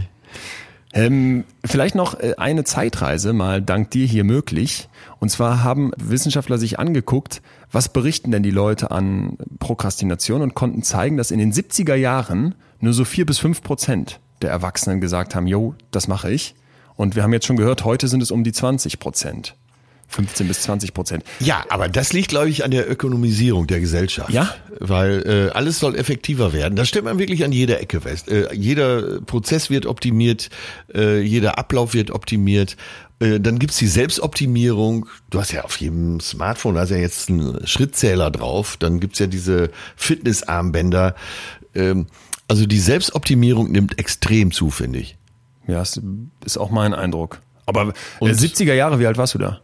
Ähm, vielleicht noch eine Zeitreise mal dank dir hier möglich. Und zwar haben Wissenschaftler sich angeguckt, was berichten denn die Leute an Prokrastination und konnten zeigen, dass in den siebziger Jahren nur so vier bis fünf Prozent der Erwachsenen gesagt haben, jo, das mache ich. Und wir haben jetzt schon gehört, heute sind es um die zwanzig Prozent. fünfzehn bis zwanzig Prozent.
Ja, aber das liegt, glaube ich, an der Ökonomisierung der Gesellschaft.
Ja?
Weil äh, alles soll effektiver werden. Das stellt man wirklich an jeder Ecke fest. Äh, jeder Prozess wird optimiert, äh, jeder Ablauf wird optimiert. Äh, dann gibt's die Selbstoptimierung. Du hast ja auf jedem Smartphone, da ist ja jetzt ein Schrittzähler drauf. Dann gibt's ja diese Fitnessarmbänder. Ähm, also die Selbstoptimierung nimmt extrem zu, finde ich.
Ja, das ist auch mein Eindruck. Aber äh, siebziger Jahre, wie alt warst du da?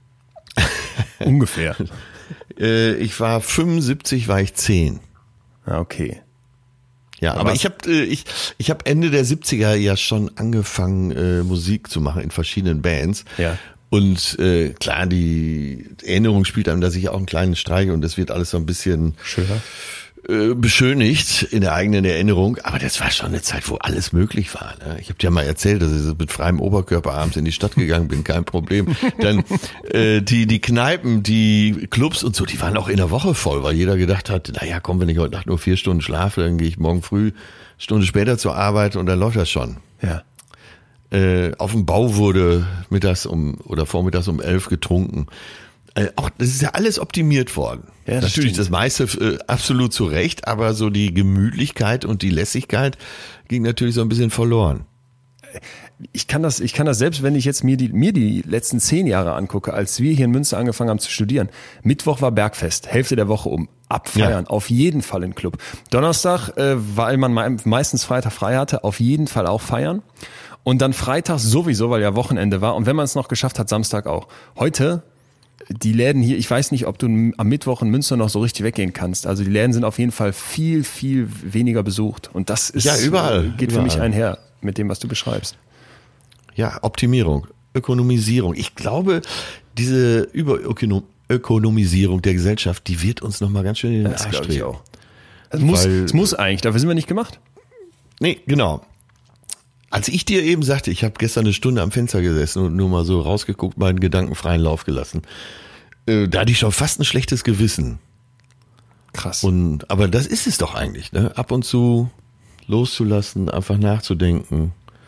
Ungefähr.
äh, ich war fünfundsiebzig, war ich zehn.
Ja, okay.
Ja, aber, aber ich habe äh, ich ich habe Ende der siebziger ja schon angefangen äh, Musik zu machen in verschiedenen Bands.
Ja.
Und äh, klar, die Erinnerung spielt einem, dass ich auch einen kleinen Streich und das wird alles so ein bisschen
schöner.
Beschönigt in der eigenen Erinnerung, aber das war schon eine Zeit, wo alles möglich war. Ne? Ich habe dir mal erzählt, dass ich mit freiem Oberkörper abends in die Stadt gegangen bin, kein Problem. Dann äh, die die Kneipen, die Clubs und so, die waren auch in der Woche voll, weil jeder gedacht hat, naja, komm, wenn ich heute Nacht nur vier Stunden schlafe, dann gehe ich morgen früh eine Stunde später zur Arbeit und dann läuft das schon.
Ja.
Äh, auf dem Bau wurde mittags um oder vormittags um elf getrunken. Äh, auch das ist ja alles optimiert worden.
Ja, das
natürlich
stimmt.
Das meiste äh, absolut zu Recht, aber so die Gemütlichkeit und die Lässigkeit ging natürlich so ein bisschen verloren.
Ich kann das, ich kann das selbst, wenn ich jetzt mir die, mir die letzten zehn Jahre angucke, als wir hier in Münster angefangen haben zu studieren. Mittwoch war Bergfest, Hälfte der Woche um. Abfeiern, ja. Auf jeden Fall im Club. Donnerstag, äh, weil man meistens Freitag frei hatte, auf jeden Fall auch feiern. Und dann Freitag sowieso, weil ja Wochenende war. Und wenn man es noch geschafft hat, Samstag auch. Heute die Läden hier, ich weiß nicht, ob du am Mittwoch in Münster noch so richtig weggehen kannst. Also die Läden sind auf jeden Fall viel, viel weniger besucht. Und das ist,
ja, überall,
geht
überall.
für mich einher mit dem, was du beschreibst.
Ja, Optimierung, Ökonomisierung. Ich glaube, diese Überökonomisierung der Gesellschaft, die wird uns nochmal ganz schön in den
das
Arsch
glaube ich
treten.
auch. Das muss, das muss eigentlich, dafür sind wir nicht gemacht.
Nee, genau. Als ich dir eben sagte, ich habe gestern eine Stunde am Fenster gesessen und nur mal so rausgeguckt, meinen Gedanken freien Lauf gelassen, äh, da hatte ich schon fast ein schlechtes Gewissen.
Krass.
Und aber das ist es doch eigentlich, ne? Ab und zu loszulassen, einfach nachzudenken,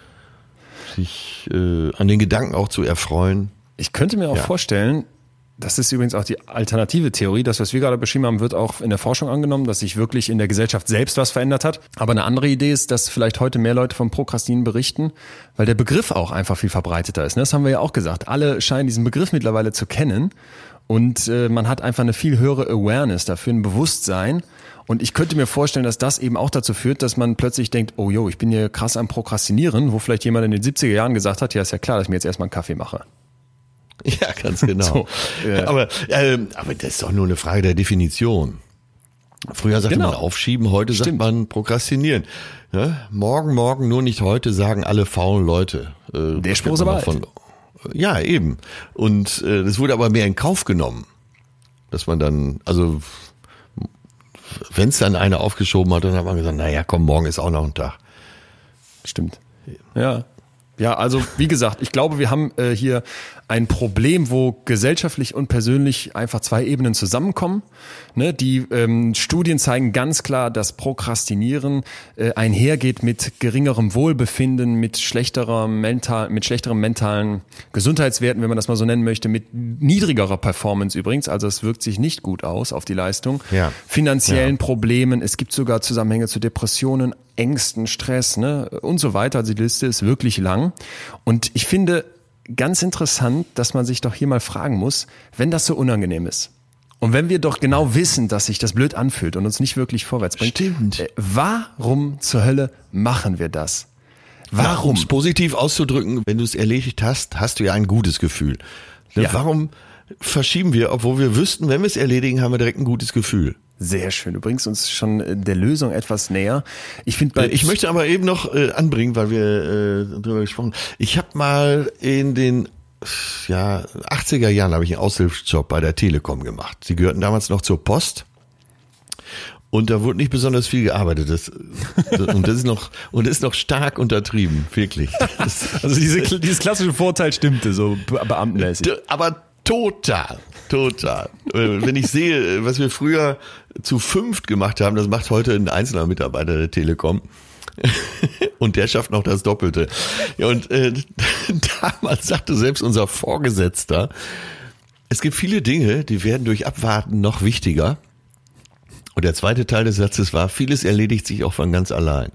sich äh, an den Gedanken auch zu erfreuen.
Ich könnte mir auch
ja.
vorstellen, das ist übrigens auch die alternative Theorie, das, was wir gerade beschrieben haben, wird auch in der Forschung angenommen, dass sich wirklich in der Gesellschaft selbst was verändert hat. Aber eine andere Idee ist, dass vielleicht heute mehr Leute vom Prokrastinieren berichten, weil der Begriff auch einfach viel verbreiteter ist. Das haben wir ja auch gesagt. Alle scheinen diesen Begriff mittlerweile zu kennen und äh, man hat einfach eine viel höhere Awareness dafür, ein Bewusstsein. Und ich könnte mir vorstellen, dass das eben auch dazu führt, dass man plötzlich denkt, oh jo, ich bin hier krass am Prokrastinieren, wo vielleicht jemand in den siebziger Jahren gesagt hat, ja, ist ja klar, dass ich mir jetzt erstmal einen Kaffee mache.
Ja, ganz genau. So, ja. Aber, äh, aber das ist doch nur eine Frage der Definition. Früher sagte genau. man aufschieben, heute Stimmt. sagt man prokrastinieren. Ja? Morgen, morgen, nur nicht heute, sagen alle faulen Leute.
Äh, der Spruch ist aber
von, alt. Ja, eben. Und äh, das wurde aber mehr in Kauf genommen. Dass man dann, also wenn es dann einer aufgeschoben hat, dann hat man gesagt, naja, komm, morgen ist auch noch ein Tag.
Stimmt. Ja. Ja, also wie gesagt, ich glaube, wir haben äh, hier ein Problem, wo gesellschaftlich und persönlich einfach zwei Ebenen zusammenkommen. Ne, die ähm, Studien zeigen ganz klar, dass Prokrastinieren äh, einhergeht mit geringerem Wohlbefinden, mit schlechterer mental, mit schlechterem mentalen Gesundheitswerten, wenn man das mal so nennen möchte, mit niedrigerer Performance übrigens. Also es wirkt sich nicht gut aus auf die Leistung.
Ja.
Finanziellen
ja.
Problemen. Es gibt sogar Zusammenhänge zu Depressionen, Ängsten, Stress, ne, und so weiter. Also die Liste ist wirklich lang. Und ich finde ganz interessant, dass man sich doch hier mal fragen muss, wenn das so unangenehm ist und wenn wir doch genau wissen, dass sich das blöd anfühlt und uns nicht wirklich vorwärts bringt,
Stimmt.
Äh, warum zur Hölle machen wir das? Warum?
Um es positiv auszudrücken, wenn du es erledigt hast, hast du ja ein gutes Gefühl. Ja. Warum verschieben wir, obwohl wir wüssten, wenn wir es erledigen, haben wir direkt ein gutes Gefühl?
Sehr schön. Du bringst uns schon der Lösung etwas näher. Ich finde, bei
ich möchte aber eben noch äh, anbringen, weil wir äh, darüber gesprochen haben. Ich habe mal in den ja achtziger Jahren habe ich einen Aushilfsjob bei der Telekom gemacht. Sie gehörten damals noch zur Post. Und da wurde nicht besonders viel gearbeitet. Das, und das ist noch und ist noch stark untertrieben, wirklich. Das,
also diese, dieses klassische Vorteil stimmte so beamtenmäßig.
Aber total, total. Wenn ich sehe, was wir früher zu fünft gemacht haben, das macht heute ein einzelner Mitarbeiter der Telekom. Und der schafft noch das Doppelte. Ja, und äh, damals sagte selbst unser Vorgesetzter, es gibt viele Dinge, die werden durch Abwarten noch wichtiger. Und der zweite Teil des Satzes war, vieles erledigt sich auch von ganz allein.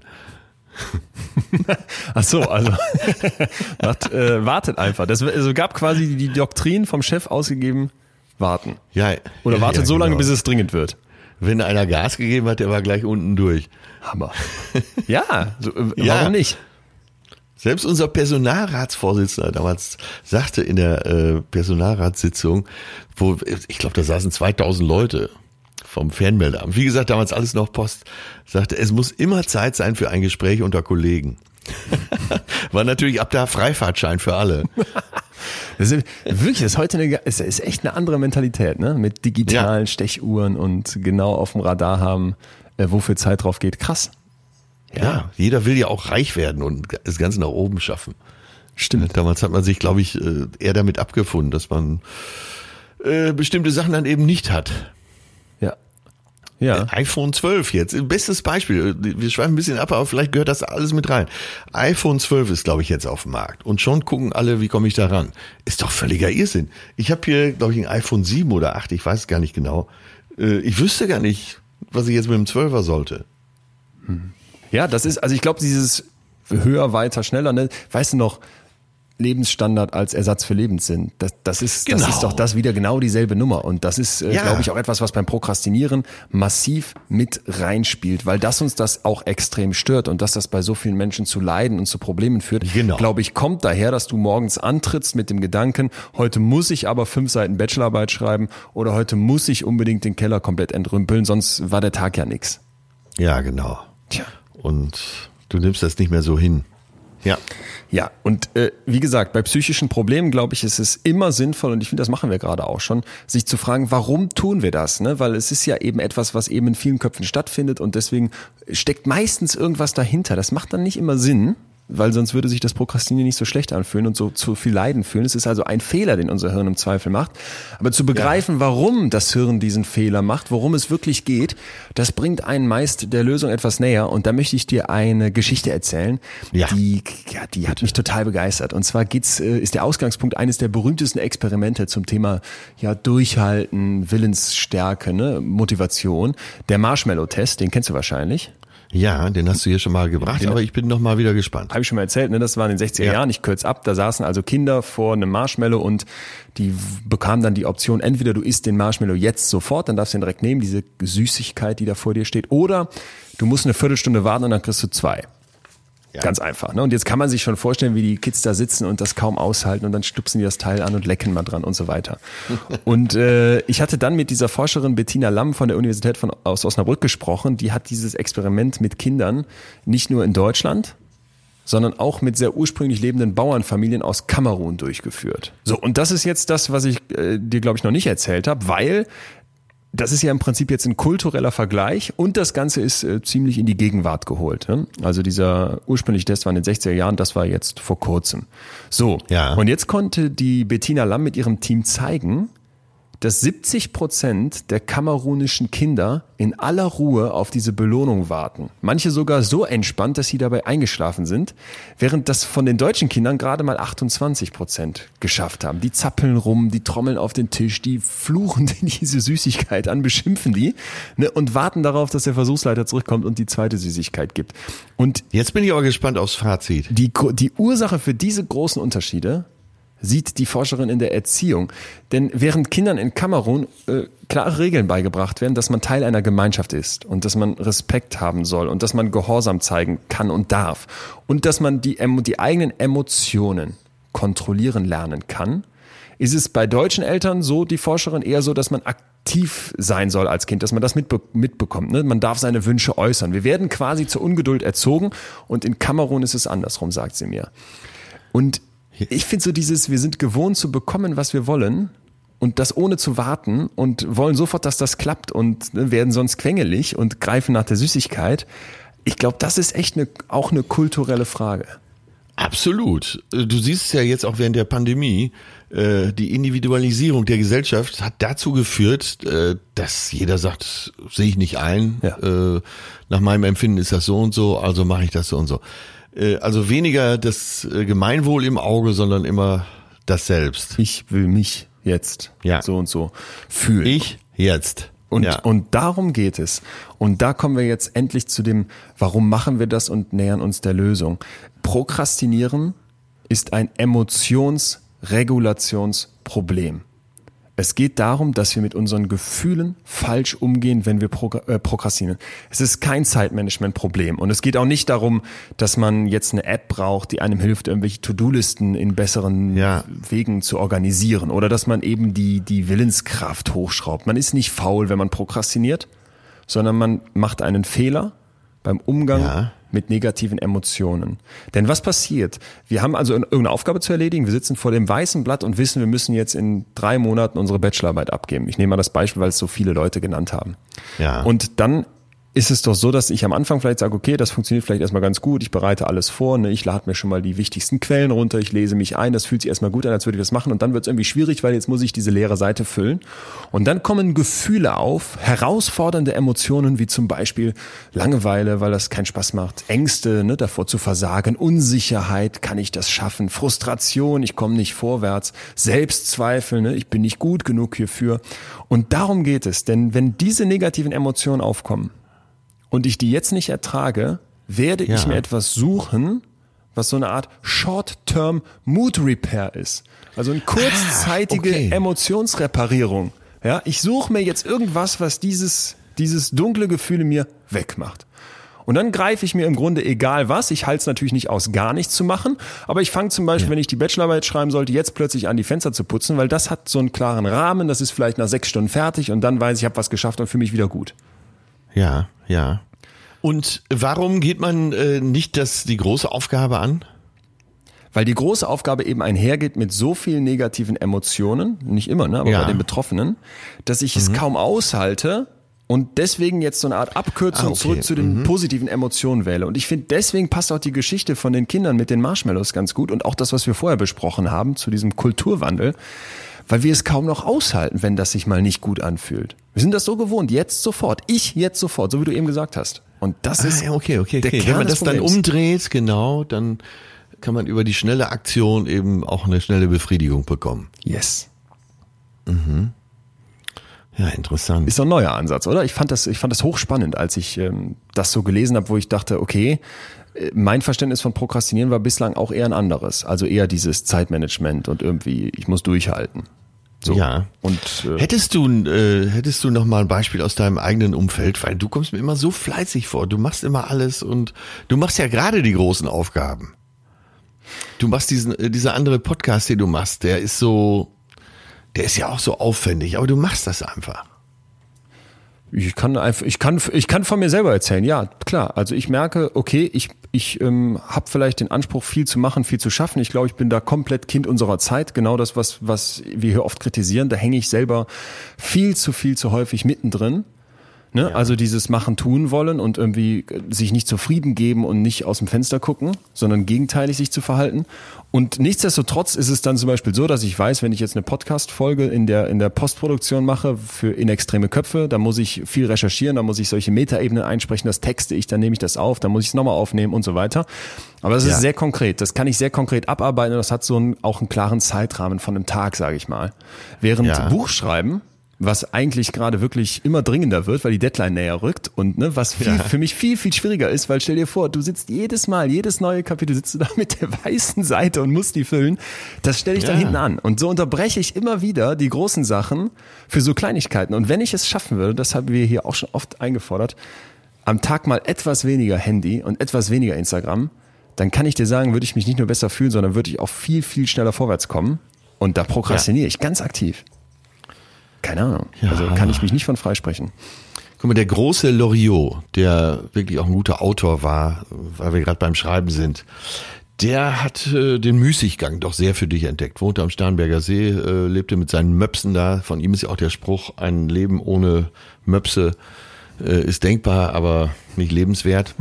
Ach so, also Wart, äh, wartet einfach. Das also gab quasi die Doktrin vom Chef ausgegeben, warten.
Ja.
Oder
ja,
wartet
ja,
so lange,
genau.
bis es dringend wird.
Wenn einer Gas gegeben hat, der war gleich unten durch.
Hammer. Ja, so, äh,
ja.
Warum nicht?
Selbst unser Personalratsvorsitzender damals sagte in der äh, Personalratssitzung, wo ich glaube, da saßen zweitausend Leute vom Fernmeldeamt. Wie gesagt, damals alles noch Post. Sagte, es muss immer Zeit sein für ein Gespräch unter Kollegen. War natürlich ab da Freifahrtschein für alle.
Das ist wirklich, das ist heute eine, ist, ist echt eine andere Mentalität, ne? Mit digitalen ja. Stechuhren und genau auf dem Radar haben, äh, wofür Zeit drauf geht. Krass.
Ja. ja, jeder will ja auch reich werden und das Ganze nach oben schaffen.
Stimmt.
Damals hat man sich, glaube ich, eher damit abgefunden, dass man äh, bestimmte Sachen dann eben nicht hat.
Ja. Ja.
iPhone zwölf jetzt, bestes Beispiel. Wir schweifen ein bisschen ab, aber vielleicht gehört das alles mit rein. iPhone zwölf ist, glaube ich, jetzt auf dem Markt. Und schon gucken alle, wie komme ich da ran. Ist doch völliger Irrsinn. Ich habe hier, glaube ich, ein iPhone sieben oder acht, ich weiß es gar nicht genau. Ich wüsste gar nicht, was ich jetzt mit dem zwölfer sollte.
Hm. Ja, das ist, also ich glaube, dieses höher, weiter, schneller, ne? Weißt du noch, Lebensstandard als Ersatz für Lebenssinn. Das, das ist,
genau.
das ist doch das wieder genau dieselbe Nummer. Und das ist, äh,
ja.
glaube ich, auch etwas, was beim Prokrastinieren massiv mit reinspielt, weil das uns das auch extrem stört und dass das bei so vielen Menschen zu Leiden und zu Problemen führt,
genau.
glaube ich, kommt daher, dass du morgens antrittst mit dem Gedanken, heute muss ich aber fünf Seiten Bachelorarbeit schreiben oder heute muss ich unbedingt den Keller komplett entrümpeln, sonst war der Tag ja nix.
Ja, genau.
Tja.
Und du nimmst das nicht mehr so hin. Ja.
Ja, und äh, wie gesagt, bei psychischen Problemen, glaube ich, ist es immer sinnvoll, und ich finde, das machen wir gerade auch schon, sich zu fragen, warum tun wir das? Ne? Weil es ist ja eben etwas, was eben in vielen Köpfen stattfindet und deswegen steckt meistens irgendwas dahinter. Das macht dann nicht immer Sinn, weil sonst würde sich das Prokrastinieren nicht so schlecht anfühlen und so zu viel Leiden fühlen. Es ist also ein Fehler, den unser Hirn im Zweifel macht. Aber zu begreifen, ja. warum das Hirn diesen Fehler macht, worum es wirklich geht, das bringt einen meist der Lösung etwas näher. Und da möchte ich dir eine Geschichte erzählen, ja. die, ja, die hat mich total begeistert. Und zwar geht's, ist der Ausgangspunkt eines der berühmtesten Experimente zum Thema ja Durchhalten, Willensstärke, ne, Motivation. Der Marshmallow-Test, den kennst du wahrscheinlich.
Ja, den hast du hier schon mal gebracht, den, aber ich bin noch mal wieder gespannt.
Habe ich schon mal erzählt, ne? Das war in den sechziger ja. Jahren, ich kürze ab, da saßen also Kinder vor einem Marshmallow und die bekamen dann die Option, entweder du isst den Marshmallow jetzt sofort, dann darfst du ihn direkt nehmen, diese Süßigkeit, die da vor dir steht, oder du musst eine Viertelstunde warten und dann kriegst du zwei. Ja. Ganz einfach. Ne? Und jetzt kann man sich schon vorstellen, wie die Kids da sitzen und das kaum aushalten und dann stupsen die das Teil an und lecken mal dran und so weiter. Und äh, ich hatte dann mit dieser Forscherin Bettina Lamm von der Universität von, aus Osnabrück gesprochen. Die hat dieses Experiment mit Kindern nicht nur in Deutschland, sondern auch mit sehr ursprünglich lebenden Bauernfamilien aus Kamerun durchgeführt. So, und das ist jetzt das, was ich äh, dir, glaube ich, noch nicht erzählt habe, weil das ist ja im Prinzip jetzt ein kultureller Vergleich und das Ganze ist äh, ziemlich in die Gegenwart geholt. Ne? Also dieser ursprüngliche Test war in den sechziger Jahren, das war jetzt vor kurzem. So, ja. Und jetzt konnte die Bettina Lamm mit ihrem Team zeigen, dass siebzig Prozent der kamerunischen Kinder in aller Ruhe auf diese Belohnung warten. Manche sogar so entspannt, dass sie dabei eingeschlafen sind, während das von den deutschen Kindern gerade mal achtundzwanzig Prozent geschafft haben. Die zappeln rum, die trommeln auf den Tisch, die fluchen diese Süßigkeit an, beschimpfen die, ne, und warten darauf, dass der Versuchsleiter zurückkommt und die zweite Süßigkeit gibt. Und
jetzt bin ich aber gespannt aufs Fazit.
Die, die Ursache für diese großen Unterschiede sieht die Forscherin in der Erziehung. Denn während Kindern in Kamerun äh, klare Regeln beigebracht werden, dass man Teil einer Gemeinschaft ist und dass man Respekt haben soll und dass man Gehorsam zeigen kann und darf und dass man die, die eigenen Emotionen kontrollieren lernen kann, ist es bei deutschen Eltern so, die Forscherin, eher so, dass man aktiv sein soll als Kind, dass man das mitbe- mitbekommt. Ne? Man darf seine Wünsche äußern. Wir werden quasi zur Ungeduld erzogen und in Kamerun ist es andersrum, sagt sie mir. Und ich finde so dieses, wir sind gewohnt zu bekommen, was wir wollen und das ohne zu warten und wollen sofort, dass das klappt und ne, werden sonst quengelig und greifen nach der Süßigkeit. Ich glaube, das ist echt eine, auch eine kulturelle Frage.
Absolut. Du siehst es ja jetzt auch während der Pandemie, äh, die Individualisierung der Gesellschaft hat dazu geführt, äh, dass jeder sagt, sehe ich nicht ein, ja. äh, nach meinem Empfinden ist das so und so, also mache ich das so und so. Also weniger das Gemeinwohl im Auge, sondern immer das Selbst.
Ich will mich jetzt ja. so und so fühlen.
Ich jetzt.
Und,
ja.
und darum geht es. Und da kommen wir jetzt endlich zu dem, warum machen wir das und nähern uns der Lösung. Prokrastinieren ist ein Emotionsregulationsproblem. Es geht darum, dass wir mit unseren Gefühlen falsch umgehen, wenn wir prokrastinieren. Es ist kein Zeitmanagement-Problem. Und es geht auch nicht darum, dass man jetzt eine App braucht, die einem hilft, irgendwelche To-Do-Listen in besseren ja. Wegen zu organisieren. Oder dass man eben die, die Willenskraft hochschraubt. Man ist nicht faul, wenn man prokrastiniert, sondern man macht einen Fehler beim Umgang ja. mit negativen Emotionen. Denn was passiert? Wir haben also irgendeine Aufgabe zu erledigen. Wir sitzen vor dem weißen Blatt und wissen, wir müssen jetzt in drei Monaten unsere Bachelorarbeit abgeben. Ich nehme mal das Beispiel, weil es so viele Leute genannt haben.
Ja.
Und dann ist es doch so, dass ich am Anfang vielleicht sage, okay, das funktioniert vielleicht erstmal ganz gut, ich bereite alles vor, ne? Ich lade mir schon mal die wichtigsten Quellen runter, ich lese mich ein, das fühlt sich erstmal gut an, als würde ich das machen und dann wird es irgendwie schwierig, weil jetzt muss ich diese leere Seite füllen und dann kommen Gefühle auf, herausfordernde Emotionen wie zum Beispiel Langeweile, weil das keinen Spaß macht, Ängste, ne, davor zu versagen, Unsicherheit, kann ich das schaffen, Frustration, ich komme nicht vorwärts, Selbstzweifel, ne, ich bin nicht gut genug hierfür und darum geht es, denn wenn diese negativen Emotionen aufkommen, und ich die jetzt nicht ertrage, werde ja. ich mir etwas suchen, was so eine Art Short-Term Mood Repair ist. Also eine kurzzeitige ah, okay. Emotionsreparierung. Ja, ich suche mir jetzt irgendwas, was dieses, dieses dunkle Gefühl in mir wegmacht. Und dann greife ich mir im Grunde egal was. Ich halte es natürlich nicht aus, gar nichts zu machen. Aber ich fange zum Beispiel, ja. wenn ich die Bachelorarbeit schreiben sollte, jetzt plötzlich an, die Fenster zu putzen, weil das hat so einen klaren Rahmen. Das ist vielleicht nach sechs Stunden fertig und dann weiß ich, ich habe was geschafft und fühle mich wieder gut.
Ja, ja. Und warum geht man äh, nicht das, die große Aufgabe an?
Weil die große Aufgabe eben einhergeht mit so vielen negativen Emotionen, nicht immer, ne, aber ja. bei den Betroffenen, dass ich mhm. es kaum aushalte und deswegen jetzt so eine Art Abkürzung ah, okay. zurück zu den mhm. positiven Emotionen wähle. Und ich finde, deswegen passt auch die Geschichte von den Kindern mit den Marshmallows ganz gut und auch das, was wir vorher besprochen haben, zu diesem Kulturwandel. Weil wir es kaum noch aushalten, wenn das sich mal nicht gut anfühlt. Wir sind das so gewohnt, jetzt sofort. Ich jetzt sofort, so wie du eben gesagt hast. Und das
ah,
ist
ja, okay, okay,
der
okay.
Kern
Wenn man das
des Problems.
Dann umdreht, genau, dann kann man über die schnelle Aktion eben auch eine schnelle Befriedigung bekommen.
Yes.
Mhm. Ja, interessant.
Ist doch ein neuer Ansatz, oder? Ich fand das, ich fand das hochspannend, als ich ähm, das so gelesen habe, wo ich dachte, okay, mein Verständnis von Prokrastinieren war bislang auch eher ein anderes. Also eher dieses Zeitmanagement und irgendwie, ich muss durchhalten. So.
Ja.
Und
äh, hättest du äh, hättest du noch mal ein Beispiel aus deinem eigenen Umfeld, weil du kommst mir immer so fleißig vor. Du machst immer alles und du machst ja gerade die großen Aufgaben. Du machst diesen äh, dieser andere Podcast, den du machst, der ist so, der ist ja auch so aufwendig, aber du machst das einfach.
Ich kann einfach, ich kann, ich kann von mir selber erzählen. Ja, klar. Also ich merke, okay, ich, ich ähm, habe vielleicht den Anspruch, viel zu machen, viel zu schaffen. Ich glaube, ich bin da komplett Kind unserer Zeit. Genau das, was, was wir hier oft kritisieren. Da hänge ich selber viel zu viel zu häufig mittendrin. Ne? Ja. Also dieses Machen, Tun wollen und irgendwie sich nicht zufrieden geben und nicht aus dem Fenster gucken, sondern gegenteilig sich zu verhalten. Und nichtsdestotrotz ist es dann zum Beispiel so, dass ich weiß, wenn ich jetzt eine Podcast-Folge in der, in der Postproduktion mache für In extreme Köpfe, dann muss ich viel recherchieren, dann muss ich solche Metaebenen einsprechen, das texte ich, dann nehme ich das auf, dann muss ich es nochmal aufnehmen und so weiter. Aber das ja. ist sehr konkret, das kann ich sehr konkret abarbeiten und das hat so einen, auch einen klaren Zeitrahmen von einem Tag, sage ich mal. Während ja. Buchschreiben, was eigentlich gerade wirklich immer dringender wird, weil die Deadline näher rückt und ne, was viel, ja. für mich viel, viel schwieriger ist, weil stell dir vor, du sitzt jedes Mal, jedes neue Kapitel sitzt du da mit der weißen Seite und musst die füllen. Das stelle ich ja. da hinten an. Und so unterbreche ich immer wieder die großen Sachen für so Kleinigkeiten. Und wenn ich es schaffen würde, das haben wir hier auch schon oft eingefordert, am Tag mal etwas weniger Handy und etwas weniger Instagram, dann kann ich dir sagen, würde ich mich nicht nur besser fühlen, sondern würde ich auch viel, viel schneller vorwärts kommen. Und da prokrastiniere ja. ich ganz aktiv. Keine Ahnung, ja. also kann ich mich nicht von freisprechen.
Guck mal, der große Loriot, der wirklich auch ein guter Autor war, weil wir gerade beim Schreiben sind, der hat äh, den Müßiggang doch sehr für dich entdeckt. Wohnte am Starnberger See, äh, lebte mit seinen Möpsen da. Von ihm ist ja auch der Spruch, ein Leben ohne Möpse äh, ist denkbar, aber nicht lebenswert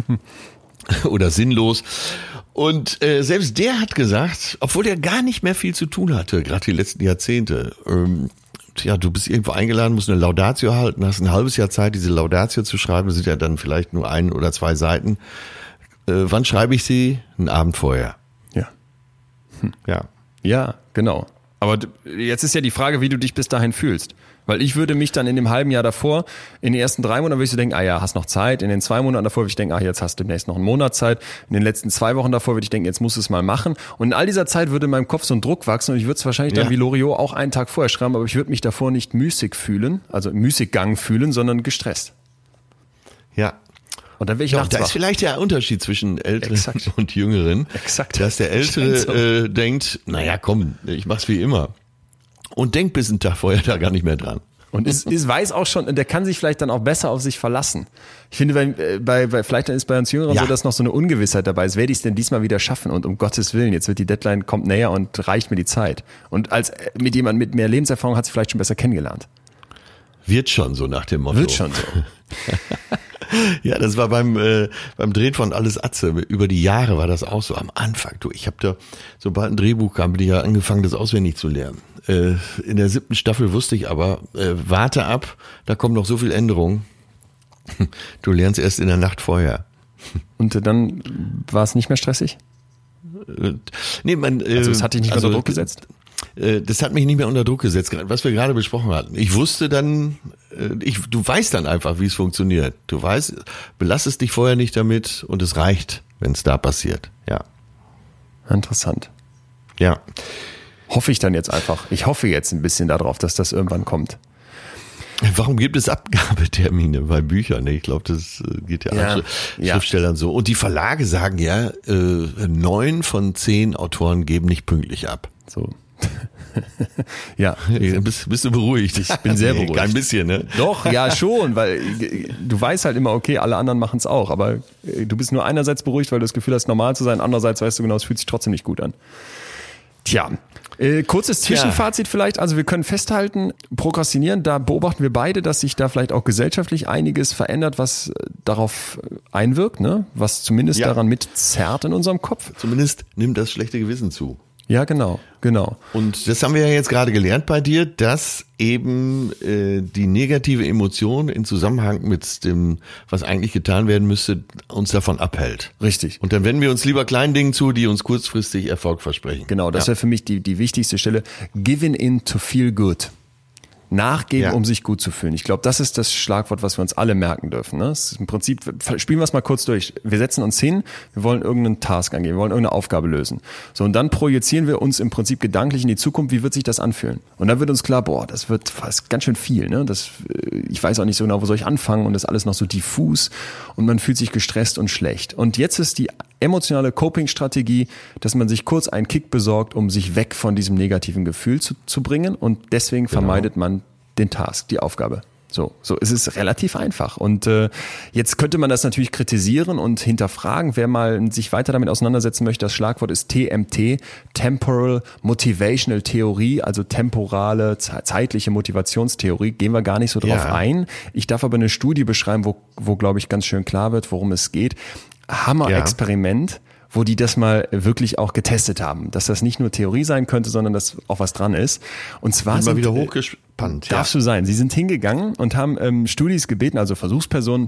oder sinnlos. Und äh, selbst der hat gesagt, obwohl er gar nicht mehr viel zu tun hatte, gerade die letzten Jahrzehnte, ähm, ja, du bist irgendwo eingeladen, musst eine Laudatio halten, hast ein halbes Jahr Zeit, diese Laudatio zu schreiben. Das sind ja dann vielleicht nur ein oder zwei Seiten. Äh, wann schreibe ich sie? Einen Abend vorher.
Ja.
Hm. Ja.
Ja, genau. Aber jetzt ist ja die Frage, wie du dich bis dahin fühlst. Weil ich würde mich dann in dem halben Jahr davor, in den ersten drei Monaten würde ich so denken, ah ja, hast noch Zeit. In den zwei Monaten davor würde ich denken, ah, jetzt hast du demnächst noch einen Monat Zeit. In den letzten zwei Wochen davor würde ich denken, jetzt musst du es mal machen. Und in all dieser Zeit würde in meinem Kopf so ein Druck wachsen und ich würde es wahrscheinlich dann ja. wie Loriot auch einen Tag vorher schreiben, aber ich würde mich davor nicht müßig fühlen, also Müßiggang fühlen, sondern gestresst.
Ja.
Und dann wäre ich
Doch,
nachts
da
wach.
ist vielleicht der Unterschied zwischen Älteren
Exakt.
und Jüngeren.
Exakt.
Dass der Ältere so. äh, denkt, naja, komm, ich mach's wie immer. Und denkt bis einen Tag vorher da gar nicht mehr dran.
Und ist, ist weiß auch schon, der kann sich vielleicht dann auch besser auf sich verlassen. Ich finde, bei, bei, bei vielleicht ist bei uns Jüngeren ja. so, dass noch so eine Ungewissheit dabei ist. Werde ich es denn diesmal wieder schaffen? Und um Gottes Willen, jetzt wird die Deadline, kommt näher und reicht mir die Zeit. Und als mit jemand mit mehr Lebenserfahrung hat sie vielleicht schon besser kennengelernt.
Wird schon so nach dem Motto.
Wird schon so.
Ja, das war beim äh, beim Drehen von Alles Atze. Über die Jahre war das auch so. Am Anfang, du, ich habe da, sobald ein Drehbuch kam, bin ich ja angefangen, das auswendig zu lernen. Äh, in der siebten Staffel wusste ich aber, äh, warte ab, da kommen noch so viel Änderungen. Du lernst erst in der Nacht vorher.
Und dann war es nicht mehr stressig?
Äh, nee, man, äh,
also es hat dich nicht mehr
also,
unter Druck gesetzt?
Das hat mich nicht mehr unter Druck gesetzt, was wir gerade besprochen hatten. Ich wusste dann, ich, du weißt dann einfach, wie es funktioniert. Du weißt, belastest dich vorher nicht damit und es reicht, wenn es da passiert. Ja.
Interessant.
Ja.
Hoffe ich dann jetzt einfach. Ich hoffe jetzt ein bisschen darauf, dass das irgendwann kommt.
Warum gibt es Abgabetermine bei Büchern? Ich glaube, das geht ja, ja Schriftstellern ja. so. Und die Verlage sagen ja, neun von zehn Autoren geben nicht pünktlich ab.
So. Ja.
Bist, bist du beruhigt?
Ich bin sehr beruhigt.
Kein bisschen, ne?
Doch, ja schon, weil du weißt halt immer, okay, alle anderen machen es auch, aber du bist nur einerseits beruhigt, weil du das Gefühl hast, normal zu sein, andererseits weißt du genau, es fühlt sich trotzdem nicht gut an. Tja, äh, kurzes Zwischenfazit ja. vielleicht, also wir können festhalten, Prokrastinieren, da beobachten wir beide, dass sich da vielleicht auch gesellschaftlich einiges verändert, was darauf einwirkt, ne? Was zumindest ja. daran mitzerrt in unserem Kopf.
Zumindest nimmt das schlechte Gewissen zu.
Ja, genau, genau.
Und das haben wir ja jetzt gerade gelernt bei dir, dass eben äh, die negative Emotion in Zusammenhang mit dem, was eigentlich getan werden müsste, uns davon abhält.
Richtig.
Und dann wenden wir uns lieber kleinen Dingen zu, die uns kurzfristig Erfolg versprechen.
Genau, das ja. wäre für mich die, die wichtigste Stelle. Giving in to feel good. Nachgeben,
Ja.
um sich gut zu fühlen. Ich glaube, das ist das Schlagwort, was wir uns alle merken dürfen. Ne? Das ist im Prinzip, spielen wir es mal kurz durch. Wir setzen uns hin, wir wollen irgendeinen Task angehen, wir wollen irgendeine Aufgabe lösen. So, und dann projizieren wir uns im Prinzip gedanklich in die Zukunft, wie wird sich das anfühlen? Und dann wird uns klar, boah, das wird fast ganz schön viel. Ne? Das, ich weiß auch nicht so genau, wo soll ich anfangen, und das ist alles noch so diffus und man fühlt sich gestresst und schlecht. Und jetzt ist die emotionale Coping-Strategie, dass man sich kurz einen Kick besorgt, um sich weg von diesem negativen Gefühl zu, zu bringen, und deswegen genau. vermeidet man den Task, die Aufgabe. So, so es ist relativ einfach. Und äh, jetzt könnte man das natürlich kritisieren und hinterfragen, wer mal sich weiter damit auseinandersetzen möchte. Das Schlagwort ist T M T, Temporal Motivational Theorie, also temporale, zeitliche Motivationstheorie. Gehen wir gar nicht so drauf ja. ein. Ich darf aber eine Studie beschreiben, wo, wo glaube ich, ganz schön klar wird, worum es geht. Hammer-Experiment. Ja. wo die das mal wirklich auch getestet haben, dass das nicht nur Theorie sein könnte, sondern dass auch was dran ist. Und zwar
Bin
sind,
mal wieder hochgespannt.
Darfst
ja.
du sein. Sie sind hingegangen und haben ähm, Studis gebeten, also Versuchspersonen,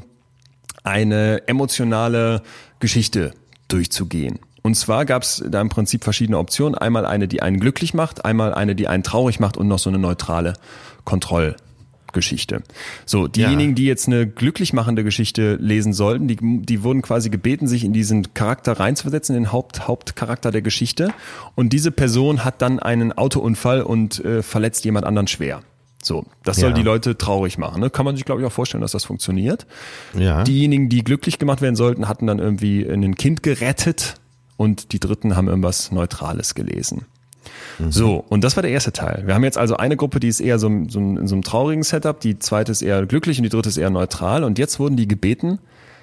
eine emotionale Geschichte durchzugehen. Und zwar gab es da im Prinzip verschiedene Optionen. Einmal eine, die einen glücklich macht, einmal eine, die einen traurig macht, und noch so eine neutrale Kontroll. Geschichte. So, diejenigen, ja. die jetzt eine glücklich machende Geschichte lesen sollten, die, die wurden quasi gebeten, sich in diesen Charakter reinzuversetzen, den Haupt, Hauptcharakter der Geschichte. Und diese Person hat dann einen Autounfall und äh, verletzt jemand anderen schwer. So, das soll ja. die Leute traurig machen. Ne? Kann man sich, glaube ich, auch vorstellen, dass das funktioniert.
Ja.
Diejenigen, die glücklich gemacht werden sollten, hatten dann irgendwie ein Kind gerettet, und die Dritten haben irgendwas Neutrales gelesen. Mhm. So, und das war der erste Teil. Wir haben jetzt also eine Gruppe, die ist eher so, so in so einem traurigen Setup, die zweite ist eher glücklich und die dritte ist eher neutral. Und jetzt wurden die gebeten,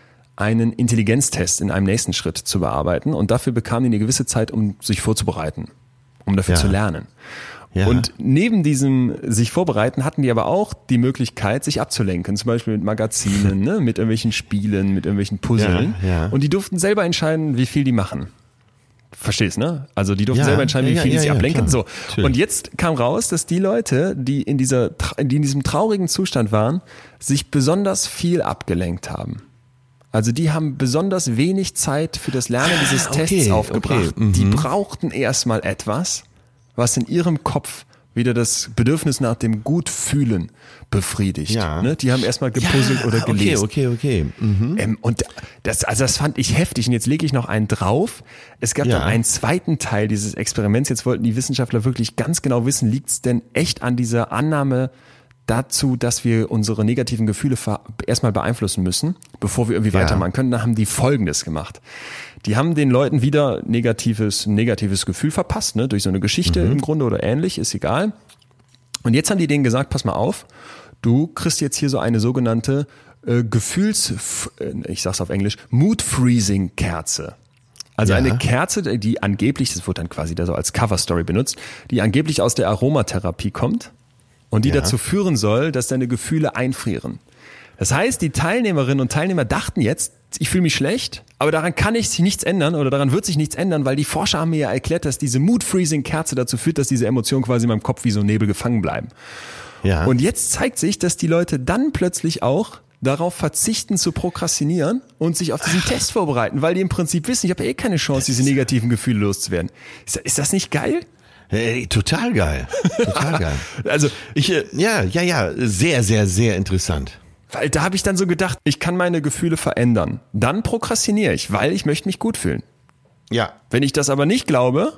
einen Intelligenztest in einem nächsten Schritt zu bearbeiten, und dafür bekamen die eine gewisse Zeit, um sich vorzubereiten, um dafür ja. zu lernen. Ja. Und neben diesem sich vorbereiten hatten die aber auch die Möglichkeit, sich abzulenken, zum Beispiel mit Magazinen, ne, mit irgendwelchen Spielen, mit irgendwelchen Puzzeln.
Ja, ja.
Und die durften selber entscheiden, wie viel die machen. Verstehst, ne? Also die durften
ja,
selber entscheiden, wie
ja,
viel
ja,
die sich
ja,
ablenken.
klar.
So.
Natürlich.
Und jetzt kam raus, dass die Leute, die in dieser, die in diesem traurigen Zustand waren, sich besonders viel abgelenkt haben. Also die haben besonders wenig Zeit für das Lernen dieses
okay,
Tests aufgebracht.
Okay. Mhm.
Die brauchten erstmal etwas, was in ihrem Kopf wieder das Bedürfnis nach dem Gutfühlen befriedigt.
Ja.
Ne? Die haben erstmal gepuzzelt
ja,
oder gelesen.
Okay, okay, okay. Mhm.
Ähm, und das, also das fand ich heftig. Und jetzt lege ich noch einen drauf. Es gab
Ja.
dann einen zweiten Teil dieses Experiments. Jetzt wollten die Wissenschaftler wirklich ganz genau wissen, liegt es denn echt an dieser Annahme dazu, dass wir unsere negativen Gefühle erstmal beeinflussen müssen, bevor wir irgendwie
Ja.
weitermachen können. Dann haben die Folgendes gemacht. Die haben den Leuten wieder negatives, negatives Gefühl verpasst, ne, durch so eine Geschichte mhm. im Grunde oder ähnlich, ist egal. Und jetzt haben die denen gesagt, pass mal auf, du kriegst jetzt hier so eine sogenannte äh, Gefühls, ich sag's auf Englisch, Mood-Freezing-Kerze. Also
Ja.
eine Kerze, die angeblich, das wurde dann quasi da so als Cover-Story benutzt, die angeblich aus der Aromatherapie kommt und die
Ja.
dazu führen soll, dass deine Gefühle einfrieren. Das heißt, die Teilnehmerinnen und Teilnehmer dachten jetzt, ich fühle mich schlecht, aber daran kann ich sich nichts ändern oder daran wird sich nichts ändern, weil die Forscher haben mir ja erklärt, dass diese Mood-Freezing-Kerze dazu führt, dass diese Emotionen quasi in meinem Kopf wie so Nebel gefangen bleiben.
Ja.
Und jetzt zeigt sich, dass die Leute dann plötzlich auch darauf verzichten zu prokrastinieren und sich auf diesen Test vorbereiten, weil die im Prinzip wissen, ich habe eh keine Chance, diese negativen Gefühle loszuwerden. Ist, ist das nicht geil?
Hey, total geil. Total geil.
Also
Ich, äh, ja, ja, ja, sehr, sehr, sehr interessant.
Weil da habe ich dann so gedacht, ich kann meine Gefühle verändern. Dann prokrastiniere ich, weil ich möchte mich gut fühlen.
Ja.
Wenn ich das aber nicht glaube,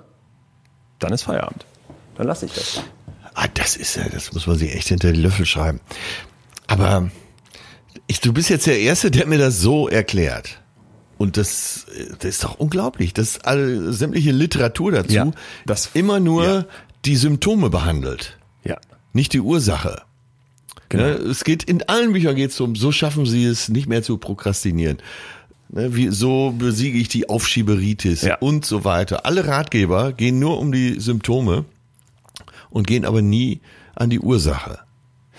dann ist Feierabend. Dann lasse ich das.
Ah, das ist ja, das muss man sich echt hinter die Löffel schreiben. Aber ich, du bist jetzt der Erste, der mir das so erklärt. Und das, das ist doch unglaublich, dass alle sämtliche Literatur dazu
Ja, das-
immer nur
ja.
die Symptome behandelt,
Ja.
nicht die Ursache.
Genau.
Ne, es geht in allen Büchern geht es um, so schaffen sie es nicht mehr zu prokrastinieren. Ne, wie, so besiege ich die Aufschieberitis
Ja.
und so weiter. Alle Ratgeber gehen nur um die Symptome und gehen aber nie an die Ursache.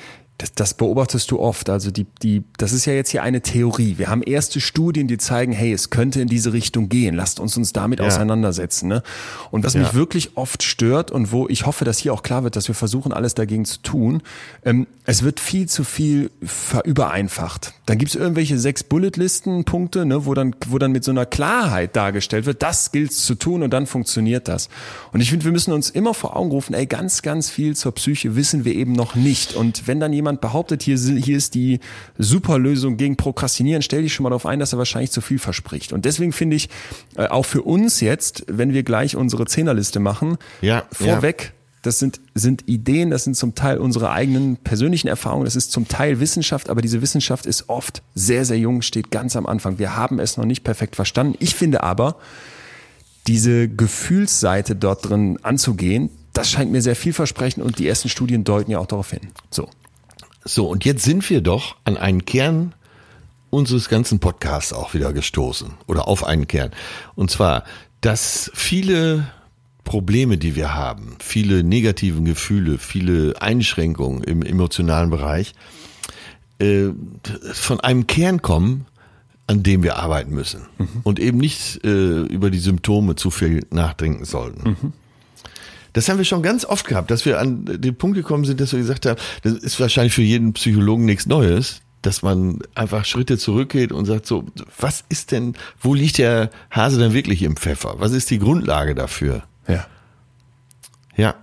Das, das beobachtest du oft. Also die, die, das ist ja jetzt hier eine Theorie. Wir haben erste Studien, die zeigen, hey, es könnte in diese Richtung gehen. Lasst uns uns damit ja. auseinandersetzen. Ne? Und was ja. mich wirklich oft stört und wo ich hoffe, dass hier auch klar wird, dass wir versuchen, alles dagegen zu tun, ähm, es wird viel zu viel verübereinfacht. Dann gibt's irgendwelche sechs Bulletlisten-Punkte, ne, wo dann, wo dann mit so einer Klarheit dargestellt wird, das gilt's zu tun und dann funktioniert das. Und ich finde, wir müssen uns immer vor Augen rufen, ey, ganz, ganz viel zur Psyche wissen wir eben noch nicht. Und wenn dann jemand behauptet, hier, hier ist die Superlösung gegen Prokrastinieren, stell dich schon mal darauf ein, dass er wahrscheinlich zu viel verspricht. Und deswegen finde ich, äh, auch für uns jetzt, wenn wir gleich unsere Zehnerliste machen,
ja,
vorweg,
ja.
das sind, sind Ideen, das sind zum Teil unsere eigenen persönlichen Erfahrungen, das ist zum Teil Wissenschaft, aber diese Wissenschaft ist oft sehr, sehr jung, steht ganz am Anfang. Wir haben es noch nicht perfekt verstanden. Ich finde aber, diese Gefühlsseite dort drin anzugehen, das scheint mir sehr vielversprechend und die ersten Studien deuten ja auch darauf hin. So.
So, und jetzt sind wir doch an einen Kern unseres ganzen Podcasts auch wieder gestoßen oder auf einen Kern. Und zwar, dass viele Probleme, die wir haben, viele negativen Gefühle, viele Einschränkungen im emotionalen Bereich, äh, von einem Kern kommen, an dem wir arbeiten müssen mhm. und eben nicht äh, über die Symptome zu viel nachdenken sollten. Mhm. Das haben wir schon ganz oft gehabt, dass wir an den Punkt gekommen sind, dass wir gesagt haben, das ist wahrscheinlich für jeden Psychologen nichts Neues, dass man einfach Schritte zurückgeht und sagt so, was ist denn, wo liegt der Hase denn wirklich im Pfeffer? Was ist die Grundlage dafür?
Ja.
Ja.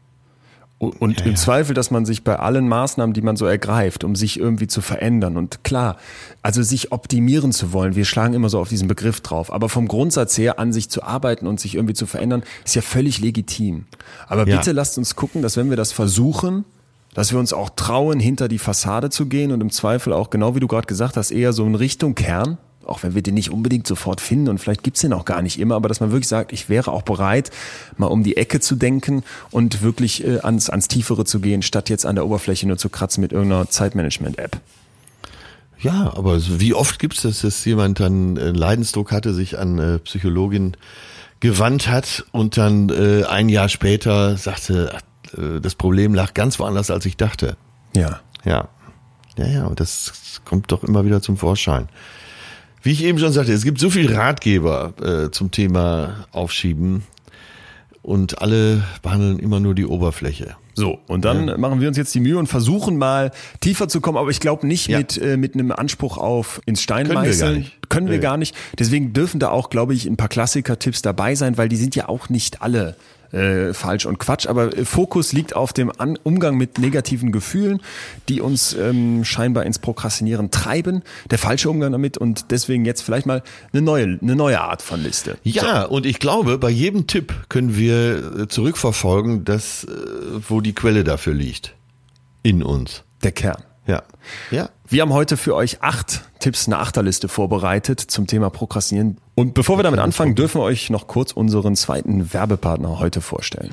Und
ja,
im
ja.
Zweifel, dass man sich bei allen Maßnahmen, die man so ergreift, um sich irgendwie zu verändern und klar, also sich optimieren zu wollen, wir schlagen immer so auf diesen Begriff drauf, aber vom Grundsatz her an sich zu arbeiten und sich irgendwie zu verändern, ist ja völlig legitim. Aber
ja.
bitte lasst uns gucken, dass wenn wir das versuchen, dass wir uns auch trauen, hinter die Fassade zu gehen und im Zweifel auch, genau wie du gerade gesagt hast, eher so in Richtung Kern, auch wenn wir den nicht unbedingt sofort finden und vielleicht gibt's den auch gar nicht immer, aber dass man wirklich sagt, ich wäre auch bereit, mal um dieEcke zu denken und wirklich äh, ans, ans Tiefere zu gehen, statt jetzt an der Oberfläche nur zu kratzen mit irgendeiner Zeitmanagement-App.
Ja, aber wie oft gibt's das, dass jemand dann äh, Leidensdruck hatte, sich an äh, Psychologin gewandt hat und dann äh, ein Jahr später sagte, ach, äh, das Problem lag ganz woanders, als ich dachte.
Ja.
Ja, ja, ja, und das kommt doch immer wieder zum Vorschein. Wie ich eben schon sagte, es gibt so viele Ratgeber äh, zum Thema Aufschieben und alle behandeln immer nur die Oberfläche.
So, und dann ja. machen wir uns jetzt die Mühe und versuchen mal tiefer zu kommen, aber ich glaube nicht
ja.
mit äh, mit einem Anspruch auf ins Stein meißeln.
Können wir gar nicht.
Können wir
nee.
gar nicht. Deswegen dürfen da auch, glaube ich, ein paar Klassiker-Tipps dabei sein, weil die sind ja auch nicht alle Äh, falsch und Quatsch, aber äh, Fokus liegt auf dem An- Umgang mit negativen Gefühlen, die uns ähm, scheinbar ins Prokrastinieren treiben, der falsche Umgang damit und deswegen jetzt vielleicht mal eine neue, eine neue Art von Liste.
Ja,
so.
Und ich glaube, bei jedem Tipp können wir äh, zurückverfolgen, dass, äh, wo die Quelle dafür liegt. In uns.
Der Kern.
Ja. Ja.
Wir haben heute für euch acht Tipps, eine Achterliste vorbereitet zum Thema Prokrastinieren. Und bevor wir damit anfangen, dürfen wir euch noch kurz unseren zweiten Werbepartner heute vorstellen.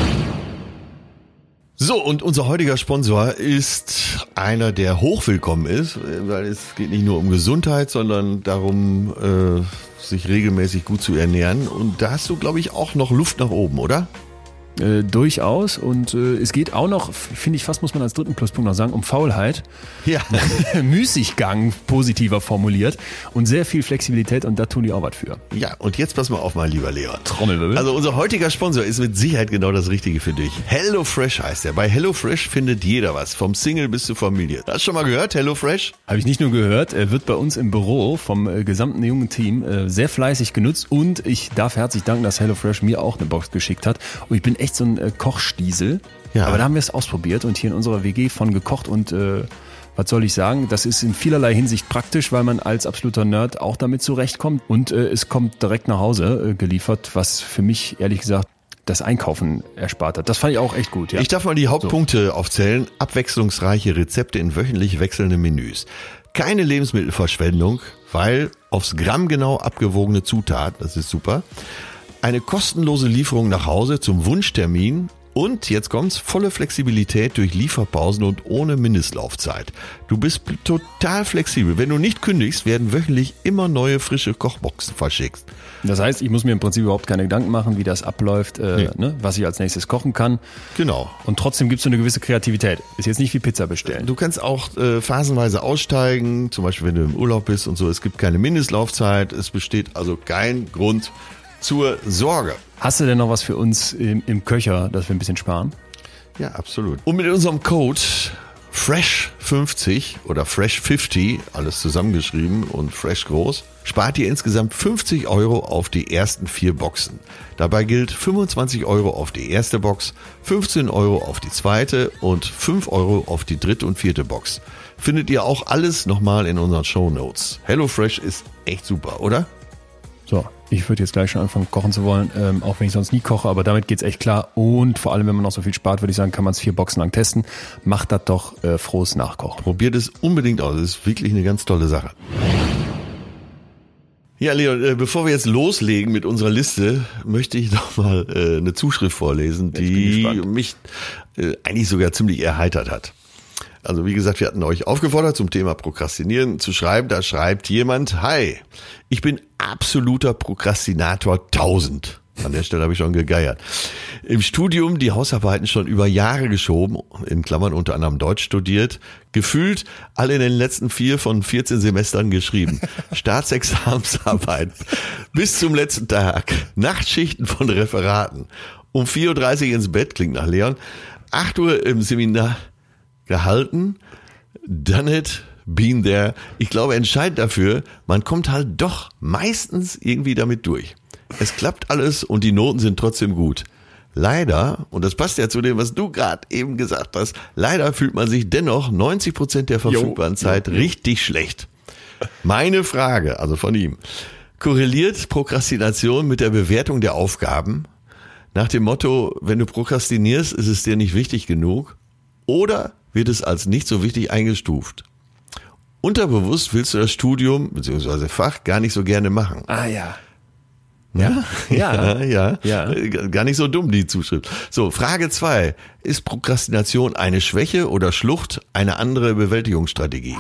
So, und unser heutiger Sponsor ist einer, der hochwillkommen ist, weil es geht nicht nur um Gesundheit, sondern darum, äh, sich regelmäßig gut zu ernähren. Und da hast du, glaube ich, auch noch Luft nach oben, oder?
Äh, durchaus und äh, es geht auch noch, finde ich fast, muss man als dritten Pluspunkt noch sagen, um Faulheit.
Ja.
Müßiggang positiver formuliert und sehr viel Flexibilität und da tun die auch was für.
Ja, und jetzt pass mal auf, mein lieber Leon.
Trommelwirbel.
Also unser heutiger Sponsor ist mit Sicherheit genau das Richtige für dich. HelloFresh heißt er. Bei HelloFresh findet jeder was, vom Single bis zur Familie. Hast du schon mal gehört, HelloFresh?
Habe ich nicht nur gehört, er wird bei uns im Büro vom äh, gesamten jungen Team äh, sehr fleißig genutzt und ich darf herzlich danken, dass HelloFresh mir auch eine Box geschickt hat und ich bin echt so ein äh, Kochstiesel,
ja.
Aber da haben wir es ausprobiert und hier in unserer W G von gekocht und äh, was soll ich sagen, das ist in vielerlei Hinsicht praktisch, weil man als absoluter Nerd auch damit zurechtkommt und äh, es kommt direkt nach Hause äh, geliefert, was für mich ehrlich gesagt das Einkaufen erspart hat. Das fand ich auch echt gut. Ja.
Ich darf mal die Hauptpunkte so aufzählen. Abwechslungsreiche Rezepte in wöchentlich wechselnden Menüs. Keine Lebensmittelverschwendung, weil aufs Gramm genau abgewogene Zutaten, das ist super. Eine kostenlose Lieferung nach Hause zum Wunschtermin Und jetzt kommt's, volle Flexibilität durch Lieferpausen und ohne Mindestlaufzeit. Du bist total flexibel. Wenn du nicht kündigst, werden wöchentlich immer neue frische Kochboxen verschickt.
Das heißt, ich muss mir im Prinzip überhaupt keine Gedanken machen, wie das abläuft, äh, nee. ne, was ich als nächstes kochen kann.
Genau.
Und trotzdem gibt's so eine gewisse Kreativität. Ist jetzt nicht wie Pizza bestellen.
Du kannst auch äh, phasenweise aussteigen, zum Beispiel wenn du im Urlaub bist und so. Es gibt keine Mindestlaufzeit. Es besteht also kein Grund zur Sorge.
Hast du denn noch was für uns im, im Köcher, dass wir ein bisschen sparen?
Ja, absolut. Und mit unserem Code Fresh fünfzig oder Fresh fünfzig, alles zusammengeschrieben und Fresh groß, spart ihr insgesamt fünfzig Euro auf die ersten vier Boxen. Dabei gilt fünfundzwanzig Euro auf die erste Box, fünfzehn Euro auf die zweite und fünf Euro auf die dritte und vierte Box. Findet ihr auch alles nochmal in unseren Shownotes. HelloFresh ist echt super, oder?
So, ich würde jetzt gleich schon anfangen, kochen zu wollen, ähm, auch wenn ich sonst nie koche, aber damit geht's echt klar. Und vor allem, wenn man noch so viel spart, würde ich sagen, kann man es vier Boxen lang testen. Macht das doch äh, frohes Nachkochen.
Probiert es unbedingt aus, das ist wirklich eine ganz tolle Sache. Ja, Leon, äh, bevor wir jetzt loslegen mit unserer Liste, möchte ich noch mal äh, eine Zuschrift vorlesen, die mich äh, eigentlich sogar ziemlich erheitert hat. Also wie gesagt, wir hatten euch aufgefordert, zum Thema Prokrastinieren zu schreiben. Da schreibt jemand, hi, ich bin absoluter Prokrastinator tausend. An der Stelle habe ich schon gegeiert. Im Studium die Hausarbeiten schon über Jahre geschoben, in Klammern unter anderem Deutsch studiert, gefühlt alle in den letzten vier von vierzehn Semestern geschrieben. Staatsexamensarbeit bis zum letzten Tag, Nachtschichten von Referaten, um vier Uhr dreißig ins Bett, klingt nach Leon, acht Uhr im Seminar gehalten, done it, been there. Ich glaube, entscheidend dafür, man kommt halt doch meistens irgendwie damit durch. Es klappt alles und die Noten sind trotzdem gut. Leider, und das passt ja zu dem, was du gerade eben gesagt hast, leider fühlt man sich dennoch neunzig Prozent der verfügbaren jo, Zeit jo, jo. richtig schlecht. Meine Frage, also von ihm, korreliert Prokrastination mit der Bewertung der Aufgaben? Nach dem Motto, wenn du prokrastinierst, ist es dir nicht wichtig genug? Oder wird es als nicht so wichtig eingestuft? Unterbewusst willst du das Studium bzw. Fach gar nicht so gerne machen.
Ah ja.
Ja, ja, ja, ja. Gar nicht so dumm, die Zuschrift. So, Frage zwei. Ist Prokrastination eine Schwäche oder Schlucht eine andere Bewältigungsstrategie?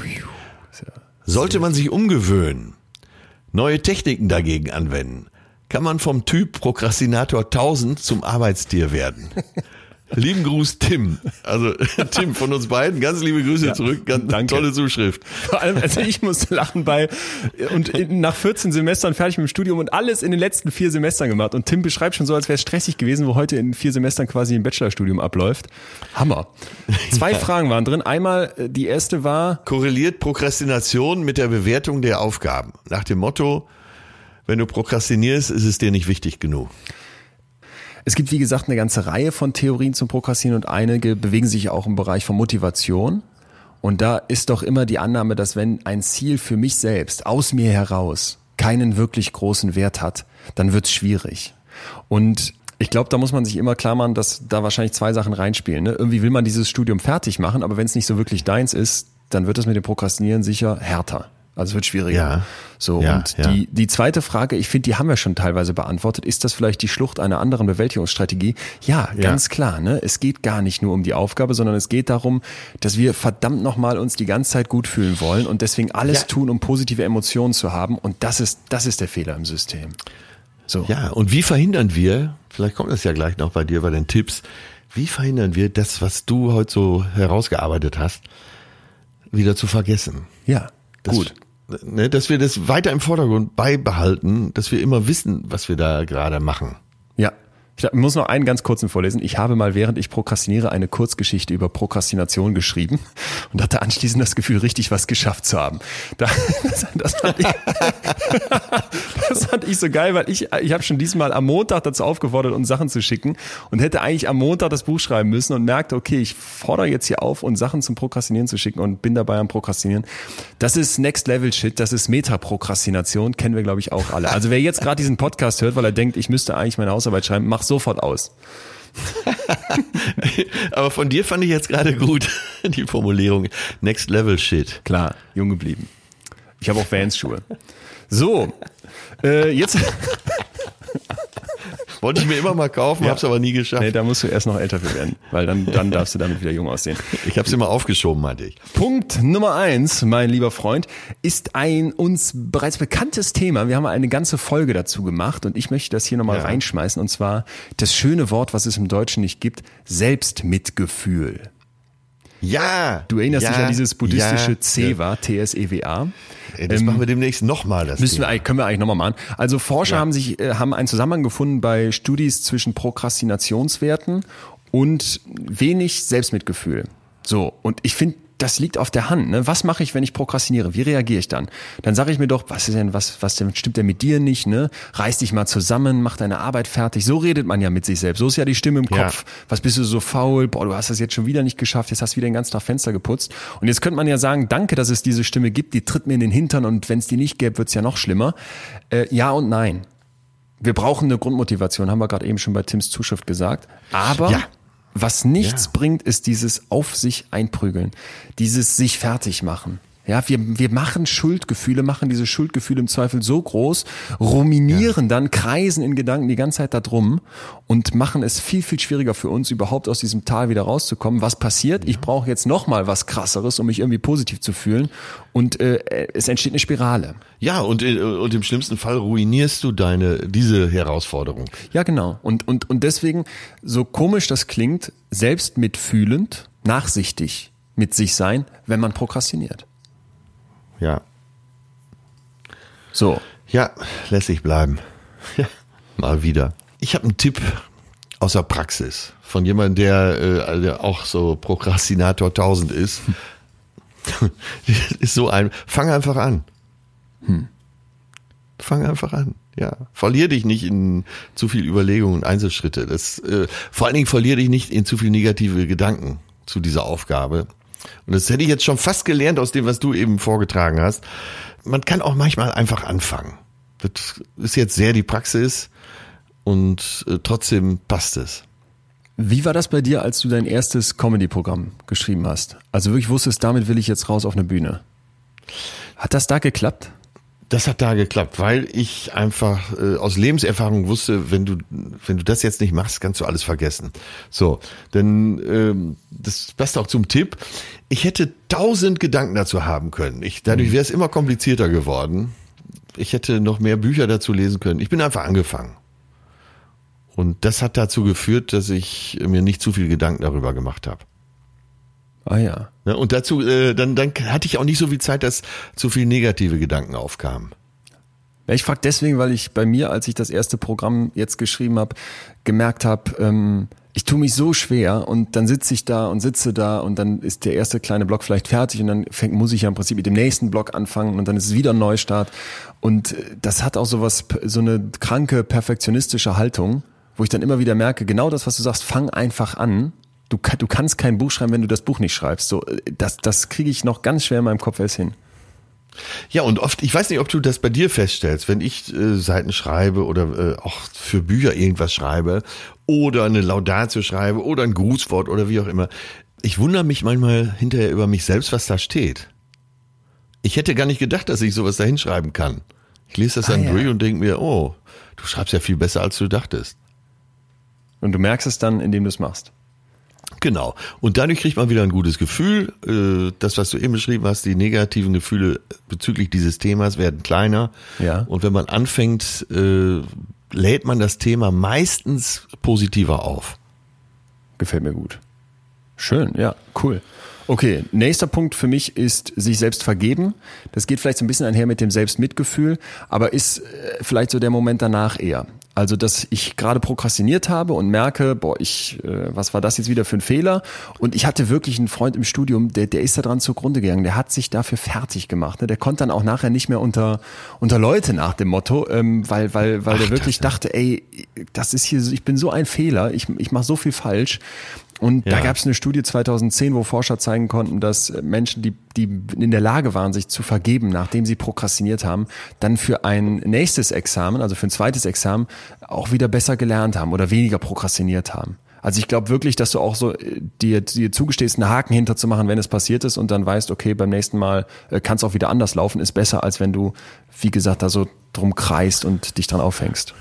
Sollte man sich umgewöhnen, neue Techniken dagegen anwenden, kann man vom Typ Prokrastinator tausend zum Arbeitstier werden. Lieben Gruß, Tim. Also Tim von uns beiden, ganz liebe Grüße ja, zurück, ganz danke. Tolle Zuschrift.
Vor allem, also ich musste lachen bei und nach vierzehn Semestern fertig mit dem Studium und alles in den letzten vier Semestern gemacht. Und Tim beschreibt schon so, als wäre es stressig gewesen, wo heute in vier Semestern quasi ein Bachelorstudium abläuft. Hammer. Zwei Fragen waren drin. Einmal, die erste war...
Korreliert Prokrastination mit der Bewertung der Aufgaben? Nach dem Motto, wenn du prokrastinierst, ist es dir nicht wichtig genug.
Es gibt, wie gesagt, eine ganze Reihe von Theorien zum Prokrastinieren und einige bewegen sich auch im Bereich von Motivation. Und da ist doch immer die Annahme, dass wenn ein Ziel für mich selbst, aus mir heraus, keinen wirklich großen Wert hat, dann wird's schwierig. Und ich glaube, da muss man sich immer klar machen, dass da wahrscheinlich zwei Sachen reinspielen. Ne? Irgendwie will man dieses Studium fertig machen, aber wenn es nicht so wirklich deins ist, dann wird es mit dem Prokrastinieren sicher härter. Also es wird schwieriger. Ja, so ja, und ja. die die zweite Frage, ich finde, die haben wir schon teilweise beantwortet. Ist das vielleicht die Schlucht einer anderen Bewältigungsstrategie? Ja, ganz ja. klar. Ne, es geht gar nicht nur um die Aufgabe, sondern es geht darum, dass wir verdammt nochmal uns die ganze Zeit gut fühlen wollen und deswegen alles ja. tun, um positive Emotionen zu haben. Und das ist das ist der Fehler im System. So.
Ja. Und wie verhindern wir? Vielleicht kommt das ja gleich noch bei dir bei den Tipps. Wie verhindern wir das, was du heute so herausgearbeitet hast, wieder zu vergessen?
Ja.
Das,
gut.
Ne, dass wir das weiter im Vordergrund beibehalten, dass wir immer wissen, was wir da gerade machen.
Ja. Ich muss noch einen ganz kurzen vorlesen. Ich habe mal, während ich prokrastiniere, eine Kurzgeschichte über Prokrastination geschrieben und hatte anschließend das Gefühl, richtig was geschafft zu haben. Das, das, fand, ich, das fand ich so geil, weil ich ich habe schon diesmal am Montag dazu aufgefordert, uns Sachen zu schicken und hätte eigentlich am Montag das Buch schreiben müssen und merkte, okay, ich fordere jetzt hier auf, uns Sachen zum Prokrastinieren zu schicken und bin dabei am Prokrastinieren. Das ist Next-Level-Shit, das ist Meta-Prokrastination, kennen wir, glaube ich, auch alle. Also wer jetzt gerade diesen Podcast hört, weil er denkt, ich müsste eigentlich meine Hausarbeit schreiben, mach sofort aus.
Aber von dir fand ich jetzt gerade gut die Formulierung Next Level Shit.
Klar, jung geblieben. Ich habe auch Vans-Schuhe. So, äh, jetzt...
Wollte ich mir immer mal kaufen, ja. Hab's aber nie geschafft.
Nee, da musst du erst noch älter für werden, weil dann, dann darfst du damit wieder jung aussehen.
Ich hab's immer aufgeschoben, meinte ich.
Punkt Nummer eins, mein lieber Freund, ist ein uns bereits bekanntes Thema. Wir haben eine ganze Folge dazu gemacht und ich möchte das hier nochmal ja. reinschmeißen, und zwar das schöne Wort, was es im Deutschen nicht gibt, Selbstmitgefühl.
Ja.
Du erinnerst
ja,
dich an dieses buddhistische
ja,
Zewa, T S E W A.
Das ähm, machen wir demnächst nochmal. Das
müssen wir, können wir eigentlich nochmal machen. Also Forscher ja. haben sich, äh, haben einen Zusammenhang gefunden bei Studien zwischen Prokrastinationswerten und wenig Selbstmitgefühl. So. Und ich finde, das liegt auf der Hand. Ne? Was mache ich, wenn ich prokrastiniere? Wie reagiere ich dann? Dann sage ich mir doch, was ist denn, was, was denn, stimmt denn mit dir nicht? Ne? Reiß dich mal zusammen, mach deine Arbeit fertig. So redet man ja mit sich selbst. So ist ja die Stimme im ja. Kopf. Was bist du so faul? Boah, du hast das jetzt schon wieder nicht geschafft. Jetzt hast du wieder den ganzen Tag Fenster geputzt. Und jetzt könnte man ja sagen, danke, dass es diese Stimme gibt. Die tritt mir in den Hintern und wenn es die nicht gäbe, wird's ja noch schlimmer. Äh, ja und nein. Wir brauchen eine Grundmotivation, haben wir gerade eben schon bei Tims Zuschrift gesagt. Aber ja. was nichts ja. bringt, ist dieses auf sich einprügeln, dieses sich fertig machen. Ja, wir, wir machen Schuldgefühle, machen diese Schuldgefühle im Zweifel so groß, ruminieren ja. dann, kreisen in Gedanken die ganze Zeit da drum und machen es viel, viel schwieriger für uns, überhaupt aus diesem Tal wieder rauszukommen. Was passiert? Ja. Ich brauche jetzt nochmal was Krasseres, um mich irgendwie positiv zu fühlen, und äh, es entsteht eine Spirale.
Ja, und, und im schlimmsten Fall ruinierst du deine, diese Herausforderung.
Ja, genau. Und, und, und deswegen, so komisch das klingt, selbst mitfühlend, nachsichtig mit sich sein, wenn man prokrastiniert.
Ja.
So.
Ja, lässig bleiben. Ja, mal wieder. Ich habe einen Tipp aus der Praxis von jemandem, der, äh, der auch so Prokrastinator tausend ist. Ist so ein, fang einfach an. Hm. Fang einfach an. Ja, verlier dich nicht in zu viel Überlegungen und Einzelschritte. Das, äh, vor allen Dingen verlier dich nicht in zu viel negative Gedanken zu dieser Aufgabe. Und das hätte ich jetzt schon fast gelernt aus dem, was du eben vorgetragen hast. Man kann auch manchmal einfach anfangen. Das ist jetzt sehr die Praxis und äh, trotzdem passt es.
Wie war das bei dir, als du dein erstes Comedy-Programm geschrieben hast? Also wirklich wusstest, damit will ich jetzt raus auf eine Bühne. Hat das da geklappt?
Das hat da geklappt, weil ich einfach äh, aus Lebenserfahrung wusste, wenn du wenn du das jetzt nicht machst, kannst du alles vergessen. So, denn ähm, das passt auch zum Tipp. Ich hätte tausend Gedanken dazu haben können. Ich, dadurch wäre es immer komplizierter geworden. Ich hätte noch mehr Bücher dazu lesen können. Ich bin einfach angefangen. Und das hat dazu geführt, dass ich mir nicht zu viel Gedanken darüber gemacht habe.
Ah ja.
Und dazu, äh, dann, dann hatte ich auch nicht so viel Zeit, dass zu viel negative Gedanken aufkamen.
Ja, ich frage deswegen, weil ich bei mir, als ich das erste Programm jetzt geschrieben habe, gemerkt habe, ähm, ich tue mich so schwer, und dann sitze ich da und sitze da und dann ist der erste kleine Block vielleicht fertig und dann fängt, muss ich ja im Prinzip mit dem nächsten Block anfangen und dann ist es wieder ein Neustart. Und das hat auch so was, so eine kranke, perfektionistische Haltung, wo ich dann immer wieder merke, genau das, was du sagst, fang einfach an. Du, du kannst kein Buch schreiben, wenn du das Buch nicht schreibst. So, das, das kriege ich noch ganz schwer in meinem Kopf erst hin.
Ja, und oft, ich weiß nicht, ob du das bei dir feststellst, wenn ich äh, Seiten schreibe oder äh, auch für Bücher irgendwas schreibe oder eine Laudatio schreibe oder ein Grußwort oder wie auch immer. Ich wundere mich manchmal hinterher über mich selbst, was da steht. Ich hätte gar nicht gedacht, dass ich sowas da hinschreiben kann. Ich lese das ah, dann ja. durch und denke mir, oh, du schreibst ja viel besser, als du dachtest.
Und du merkst es dann, indem du es machst.
Genau. Und dadurch kriegt man wieder ein gutes Gefühl. Das, was du eben beschrieben hast, die negativen Gefühle bezüglich dieses Themas werden kleiner.
Ja.
Und wenn man anfängt, lädt man das Thema meistens positiver auf.
Gefällt mir gut. Schön, ja, cool. Okay, nächster Punkt für mich ist sich selbst vergeben. Das geht vielleicht so ein bisschen einher mit dem Selbstmitgefühl, aber ist vielleicht so der Moment danach eher. Also, dass ich gerade prokrastiniert habe und merke, boah, ich, äh, was war das jetzt wieder für ein Fehler? Und ich hatte wirklich einen Freund im Studium, der, der ist da dran zugrunde gegangen. Der hat sich dafür fertig gemacht. Ne? Der konnte dann auch nachher nicht mehr unter unter Leute nach dem Motto, ähm, weil weil weil Ach, der wirklich das, dachte, ey, das ist hier, ich bin so ein Fehler, ich ich mache so viel falsch. Und ja. da gab es eine Studie zweitausendzehn, wo Forscher zeigen konnten, dass Menschen, die die in der Lage waren, sich zu vergeben, nachdem sie prokrastiniert haben, dann für ein nächstes Examen, also für ein zweites Examen, auch wieder besser gelernt haben oder weniger prokrastiniert haben. Also ich glaube wirklich, dass du auch so dir, dir zugestehst, einen Haken hinterzumachen, wenn es passiert ist und dann weißt, okay, beim nächsten Mal kann es auch wieder anders laufen, ist besser, als wenn du, wie gesagt, da so drum kreist und dich dran aufhängst.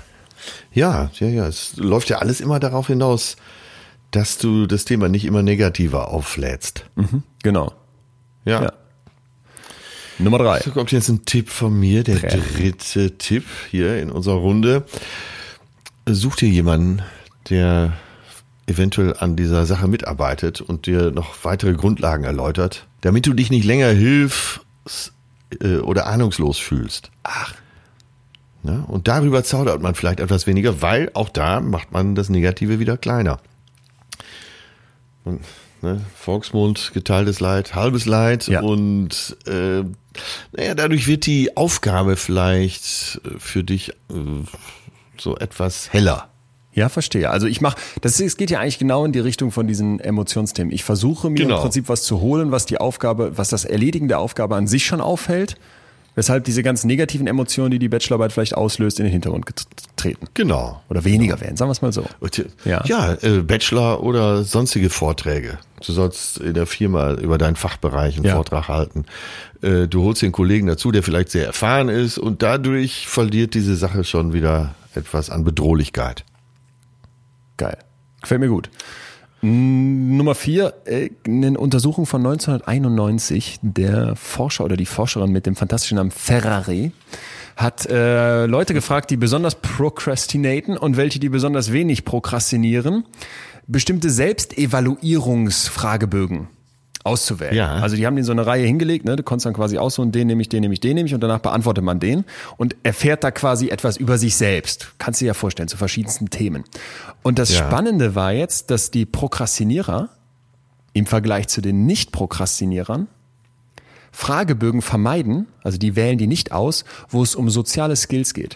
Ja, ja, ja. Es läuft ja alles immer darauf hinaus, dass du das Thema nicht immer negativer auflädst.
Mhm, genau.
Ja.
ja. Nummer drei.
Da kommt jetzt ein Tipp von mir, der drei. dritte Tipp hier in unserer Runde. Such dir jemanden, der eventuell an dieser Sache mitarbeitet und dir noch weitere Grundlagen erläutert, damit du dich nicht länger hilfs- oder ahnungslos fühlst.
Ach.
Ja, und darüber zaudert man vielleicht etwas weniger, weil auch da macht man das Negative wieder kleiner. Und, ne, Volksmund, geteiltes Leid, halbes Leid
ja.
und äh, naja, dadurch wird die Aufgabe vielleicht für dich äh, so etwas heller.
Ja, verstehe. Also ich mache, das ist, es geht ja eigentlich genau in die Richtung von diesen Emotionsthemen. Ich versuche mir
genau.
im Prinzip was zu holen, was die Aufgabe, was das Erledigen der Aufgabe an sich schon aufhält, weshalb diese ganzen negativen Emotionen, die die Bachelorarbeit vielleicht auslöst, in den Hintergrund treten.
Genau.
Oder weniger werden, sagen wir es mal so.
Ja, ja äh, Bachelor oder sonstige Vorträge. Du sollst in der Firma über deinen Fachbereich einen ja. Vortrag halten. Äh, du holst den Kollegen dazu, der vielleicht sehr erfahren ist und dadurch verliert diese Sache schon wieder etwas an Bedrohlichkeit.
Geil. Gefällt mir gut. Nummer vier, eine Untersuchung von neunzehnhunderteinundneunzig. Der Forscher oder die Forscherin mit dem fantastischen Namen Ferrari hat äh, Leute gefragt, die besonders prokrastinaten und welche, die besonders wenig prokrastinieren, bestimmte Selbstevaluierungsfragebögen auszuwählen.
Ja.
Also die haben den so eine Reihe hingelegt, ne? Du konntest dann quasi aussuchen, den nehme ich, den nehme ich, den nehme ich und danach beantwortet man den und erfährt da quasi etwas über sich selbst. Kannst du dir ja vorstellen, zu verschiedensten Themen. Und das ja. Spannende war jetzt, dass die Prokrastinierer im Vergleich zu den Nicht-Prokrastinierern Fragebögen vermeiden, also die wählen die nicht aus, wo es um soziale Skills geht.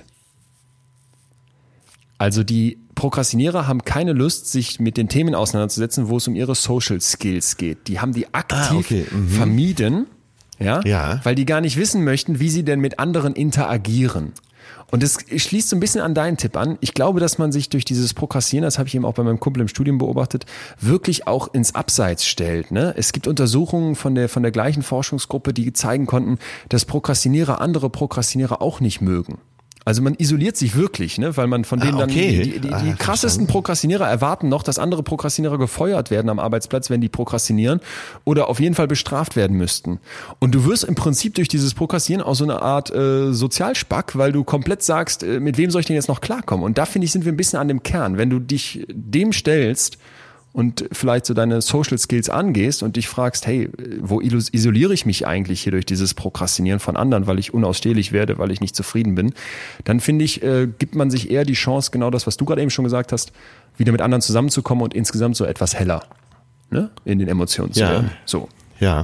Also die Prokrastinierer haben keine Lust, sich mit den Themen auseinanderzusetzen, wo es um ihre Social Skills geht. Die haben die aktiv
ah, okay. mhm.
vermieden, ja,
ja,
weil die gar nicht wissen möchten, wie sie denn mit anderen interagieren. Und das schließt so ein bisschen an deinen Tipp an. Ich glaube, dass man sich durch dieses Prokrastinieren, das habe ich eben auch bei meinem Kumpel im Studium beobachtet, wirklich auch ins Abseits stellt. Ne? Es gibt Untersuchungen von der, von der gleichen Forschungsgruppe, die zeigen konnten, dass Prokrastinierer andere Prokrastinierer auch nicht mögen. Also man isoliert sich wirklich, ne, weil man von denen
ah, okay.
dann die, die, die, die
ah,
krassesten Prokrastinierer erwarten noch, dass andere Prokrastinierer gefeuert werden am Arbeitsplatz, wenn die prokrastinieren oder auf jeden Fall bestraft werden müssten. Und du wirst im Prinzip durch dieses Prokrastinieren auch so eine Art äh, Sozialspack, weil du komplett sagst, äh, mit wem soll ich denn jetzt noch klarkommen? Und da finde ich, sind wir ein bisschen an dem Kern. Wenn du dich dem stellst und vielleicht so deine Social Skills angehst und dich fragst, hey, wo isoliere ich mich eigentlich hier durch dieses Prokrastinieren von anderen, weil ich unausstehlich werde, weil ich nicht zufrieden bin, dann finde ich, äh, gibt man sich eher die Chance, genau das, was du gerade eben schon gesagt hast, wieder mit anderen zusammenzukommen und insgesamt so etwas heller, ne, in den Emotionen zu
ja.
werden. So.
Ja.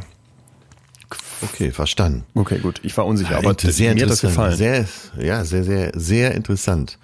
Okay, verstanden.
Okay, gut. Ich war unsicher, aber
sehr
mir hat das gefallen.
Sehr, ja, sehr, sehr, sehr interessant.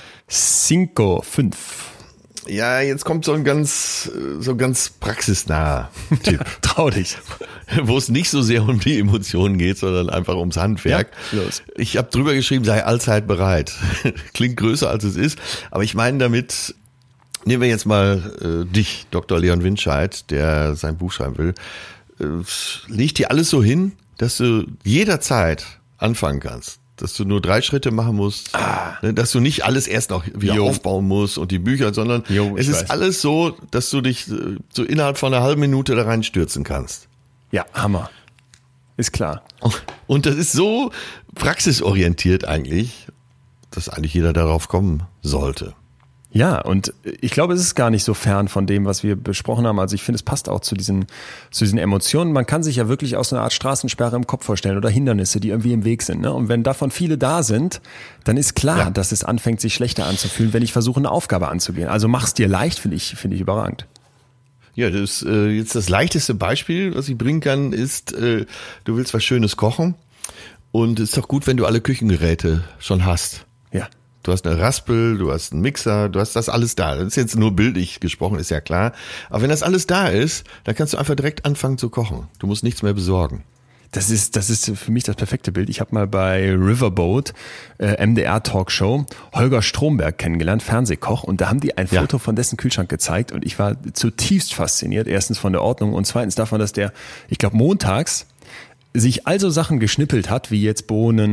Cinco, fünf.
Ja, jetzt kommt so ein ganz, so ganz praxisnaher Tipp.
Trau dich.
Wo es nicht so sehr um die Emotionen geht, sondern einfach ums Handwerk.
Ja, los.
Ich habe drüber geschrieben, sei allzeit bereit. Klingt größer als es ist, aber ich meine damit, nehmen wir jetzt mal äh, dich, Doktor Leon Winscheid, der sein Buch schreiben will, äh, leg dir alles so hin, dass du jederzeit anfangen kannst. Dass du nur drei Schritte machen musst, ah. dass du nicht alles erst noch wieder jo. aufbauen musst und die Bücher, sondern jo, es ist weiß. alles so, dass du dich so innerhalb von einer halben Minute da reinstürzen kannst.
Ja, Hammer. Ist klar.
Und das ist so praxisorientiert eigentlich, dass eigentlich jeder darauf kommen sollte.
Ja, und ich glaube, es ist gar nicht so fern von dem, was wir besprochen haben. Also ich finde, es passt auch zu diesen, zu diesen Emotionen. Man kann sich ja wirklich aus einer Art Straßensperre im Kopf vorstellen oder Hindernisse, die irgendwie im Weg sind. Ne? Und wenn davon viele da sind, dann ist klar, ja. dass es anfängt, sich schlechter anzufühlen, wenn ich versuche, eine Aufgabe anzugehen. Also mach's dir leicht, finde ich, finde ich überragend.
Ja, das äh, jetzt das leichteste Beispiel, was ich bringen kann, ist, äh, du willst was Schönes kochen und es ist doch gut, wenn du alle Küchengeräte schon hast.
Ja.
Du hast eine Raspel, du hast einen Mixer, du hast das alles da. Das ist jetzt nur bildlich gesprochen, ist ja klar. Aber wenn das alles da ist, dann kannst du einfach direkt anfangen zu kochen. Du musst nichts mehr besorgen.
Das ist, das ist für mich das perfekte Bild. Ich habe mal bei Riverboat, äh, M D R-Talkshow, Holger Stromberg kennengelernt, Fernsehkoch. Und da haben die ein Foto ja. von dessen Kühlschrank gezeigt. Und ich war zutiefst fasziniert. Erstens von der Ordnung und zweitens davon, dass der, ich glaube, montags sich also Sachen geschnippelt hat, wie jetzt Bohnen,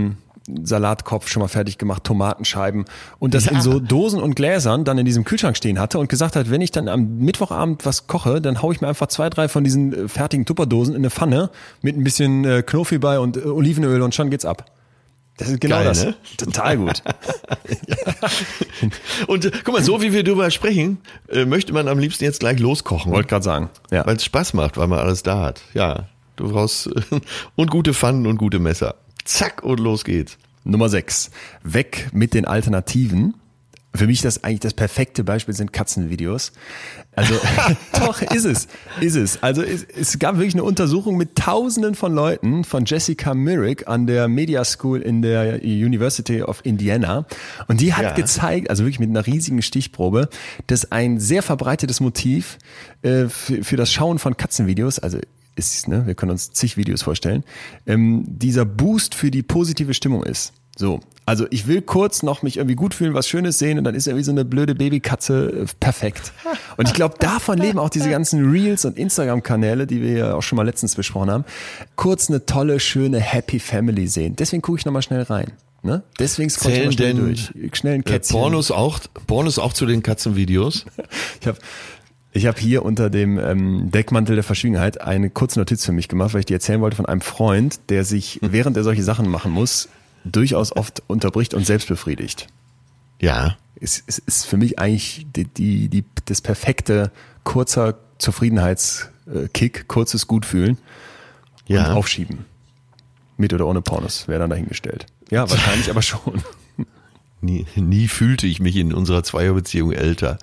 Salatkopf schon mal fertig gemacht, Tomatenscheiben und das ja. in so Dosen und Gläsern dann in diesem Kühlschrank stehen hatte und gesagt hat, wenn ich dann am Mittwochabend was koche, dann haue ich mir einfach zwei, drei von diesen fertigen Tupperdosen in eine Pfanne mit ein bisschen äh, Knofi bei und äh, Olivenöl und schon geht's ab. Das ist genau Geil, das. Ne? Total gut.
ja. Und äh, guck mal, so wie wir drüber sprechen, äh, möchte man am liebsten jetzt gleich loskochen.
Wollte gerade sagen.
Ja. Weil es Spaß macht, weil man alles da hat. Ja, du brauchst äh, und gute Pfannen und gute Messer. Zack und los geht's.
Nummer sechs. Weg mit den Alternativen. Für mich das eigentlich das perfekte Beispiel sind Katzenvideos. Also doch, ist es, ist es. Also es, es gab wirklich eine Untersuchung mit Tausenden von Leuten von Jessica Myrick an der Media School in der University of Indiana. Und die hat ja. gezeigt, also wirklich mit einer riesigen Stichprobe, dass ein sehr verbreitetes Motiv äh, für, für das Schauen von Katzenvideos, also ist, ne, wir können uns zig Videos vorstellen, ähm, dieser Boost für die positive Stimmung ist. So, also ich will kurz noch mich irgendwie gut fühlen, was Schönes sehen und dann ist irgendwie so eine blöde Babykatze perfekt. Und ich glaube, davon leben auch diese ganzen Reels und Instagram-Kanäle, die wir ja auch schon mal letztens besprochen haben. Kurz eine tolle, schöne Happy Family sehen. Deswegen gucke ich nochmal schnell rein. Ne? Deswegen scroll ich mal schnell durch. Schnell ein Kätzchen.
Pornos auch, Pornos auch zu den Katzenvideos?
Ich habe Ich habe hier unter dem ähm, Deckmantel der Verschwiegenheit eine kurze Notiz für mich gemacht, weil ich dir erzählen wollte von einem Freund, der sich, während er solche Sachen machen muss, durchaus oft unterbricht und selbst befriedigt.
Ja.
Es, es ist für mich eigentlich die, die, die, das perfekte kurzer Zufriedenheitskick, kurzes Gutfühlen
ja.
und aufschieben. Mit oder ohne Pornos, wäre dann dahingestellt. Ja, wahrscheinlich aber schon.
Nie, nie fühlte ich mich in unserer Zweierbeziehung älter.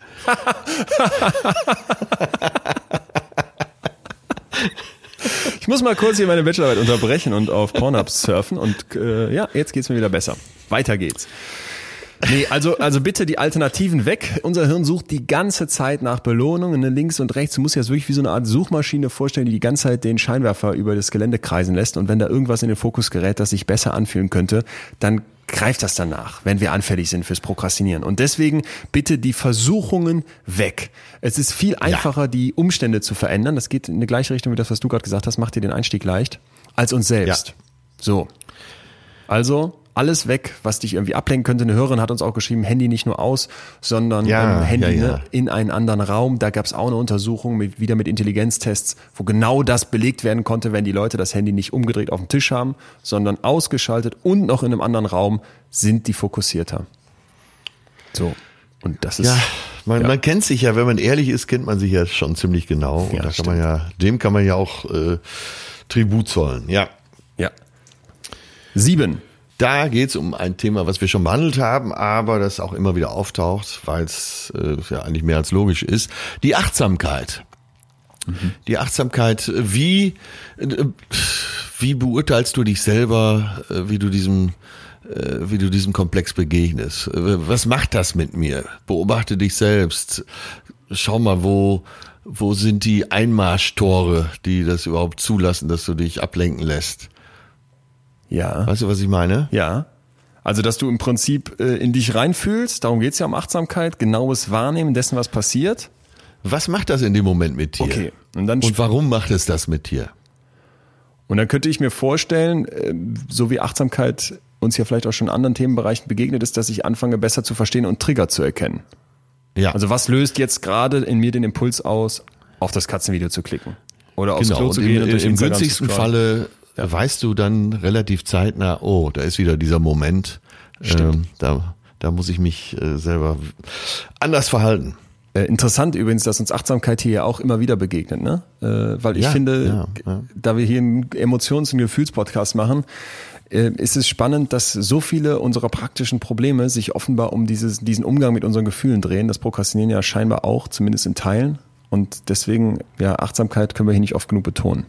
Ich muss mal kurz hier meine Bachelorarbeit unterbrechen und auf Pornhub surfen und äh, ja, jetzt geht's mir wieder besser. Weiter geht's. Nee, also, also bitte die Alternativen weg. Unser Hirn sucht die ganze Zeit nach Belohnungen, links und rechts. Du musst dir das wirklich wie so eine Art Suchmaschine vorstellen, die die ganze Zeit den Scheinwerfer über das Gelände kreisen lässt. Und wenn da irgendwas in den Fokus gerät, das sich besser anfühlen könnte, dann greift das danach, wenn wir anfällig sind fürs Prokrastinieren. Und deswegen bitte die Versuchungen weg. Es ist viel einfacher, ja. die Umstände zu verändern. Das geht in die gleiche Richtung wie das, was du gerade gesagt hast. Macht dir den Einstieg leicht. Als uns selbst. Ja. So. Also alles weg, was dich irgendwie ablenken könnte. Eine Hörerin hat uns auch geschrieben, Handy nicht nur aus, sondern
ja,
ähm, Handy
ja, ja.
Ne, in einen anderen Raum. Da gab es auch eine Untersuchung mit, wieder mit Intelligenztests, wo genau das belegt werden konnte, wenn die Leute das Handy nicht umgedreht auf dem Tisch haben, sondern ausgeschaltet und noch in einem anderen Raum, sind die fokussierter. So. Und das ist.
Ja, man, ja. man kennt sich ja, wenn man ehrlich ist, kennt man sich ja schon ziemlich genau. Und
ja,
da kann
stimmt.
man ja, dem kann man ja auch äh, Tribut zollen. Ja.
Ja. Sieben.
Da geht es um ein Thema, was wir schon behandelt haben, aber das auch immer wieder auftaucht, weil es äh, ja eigentlich mehr als logisch ist. Die Achtsamkeit. Mhm. Die Achtsamkeit, wie, äh, wie beurteilst du dich selber, äh, wie du diesem, äh, wie du diesem Komplex begegnest? Äh, was macht das mit mir? Beobachte dich selbst. Schau mal, wo, wo sind die Einmarschtore, die das überhaupt zulassen, dass du dich ablenken lässt?
Ja.
Weißt du, was ich meine?
Ja. Also, dass du im Prinzip äh, in dich reinfühlst, darum geht's ja um Achtsamkeit, genaues Wahrnehmen dessen, was passiert.
Was macht das in dem Moment mit dir?
Okay. Und, dann
Und warum macht es das mit dir?
Und dann könnte ich mir vorstellen, äh, so wie Achtsamkeit uns ja vielleicht auch schon in anderen Themenbereichen begegnet ist, dass ich anfange, besser zu verstehen und Trigger zu erkennen.
Ja.
Also, was löst jetzt gerade in mir den Impuls aus, auf das Katzenvideo zu klicken? Oder aufs
genau.
Klo zu
und
gehen
im,
und durch
im
Instagram
günstigsten
zu scrollen.
Falle ja. weißt du dann relativ zeitnah, oh, da ist wieder dieser Moment, ähm, da, da muss ich mich äh, selber anders verhalten.
Äh, interessant übrigens, dass uns Achtsamkeit hier ja auch immer wieder begegnet, ne? Äh, weil ich
ja,
finde,
ja, ja.
da wir hier einen Emotions- und Gefühlspodcast machen, äh, ist es spannend, dass so viele unserer praktischen Probleme sich offenbar um dieses, diesen Umgang mit unseren Gefühlen drehen. Das Prokrastinieren ja scheinbar auch, zumindest in Teilen. Und deswegen, ja, Achtsamkeit können wir hier nicht oft genug betonen.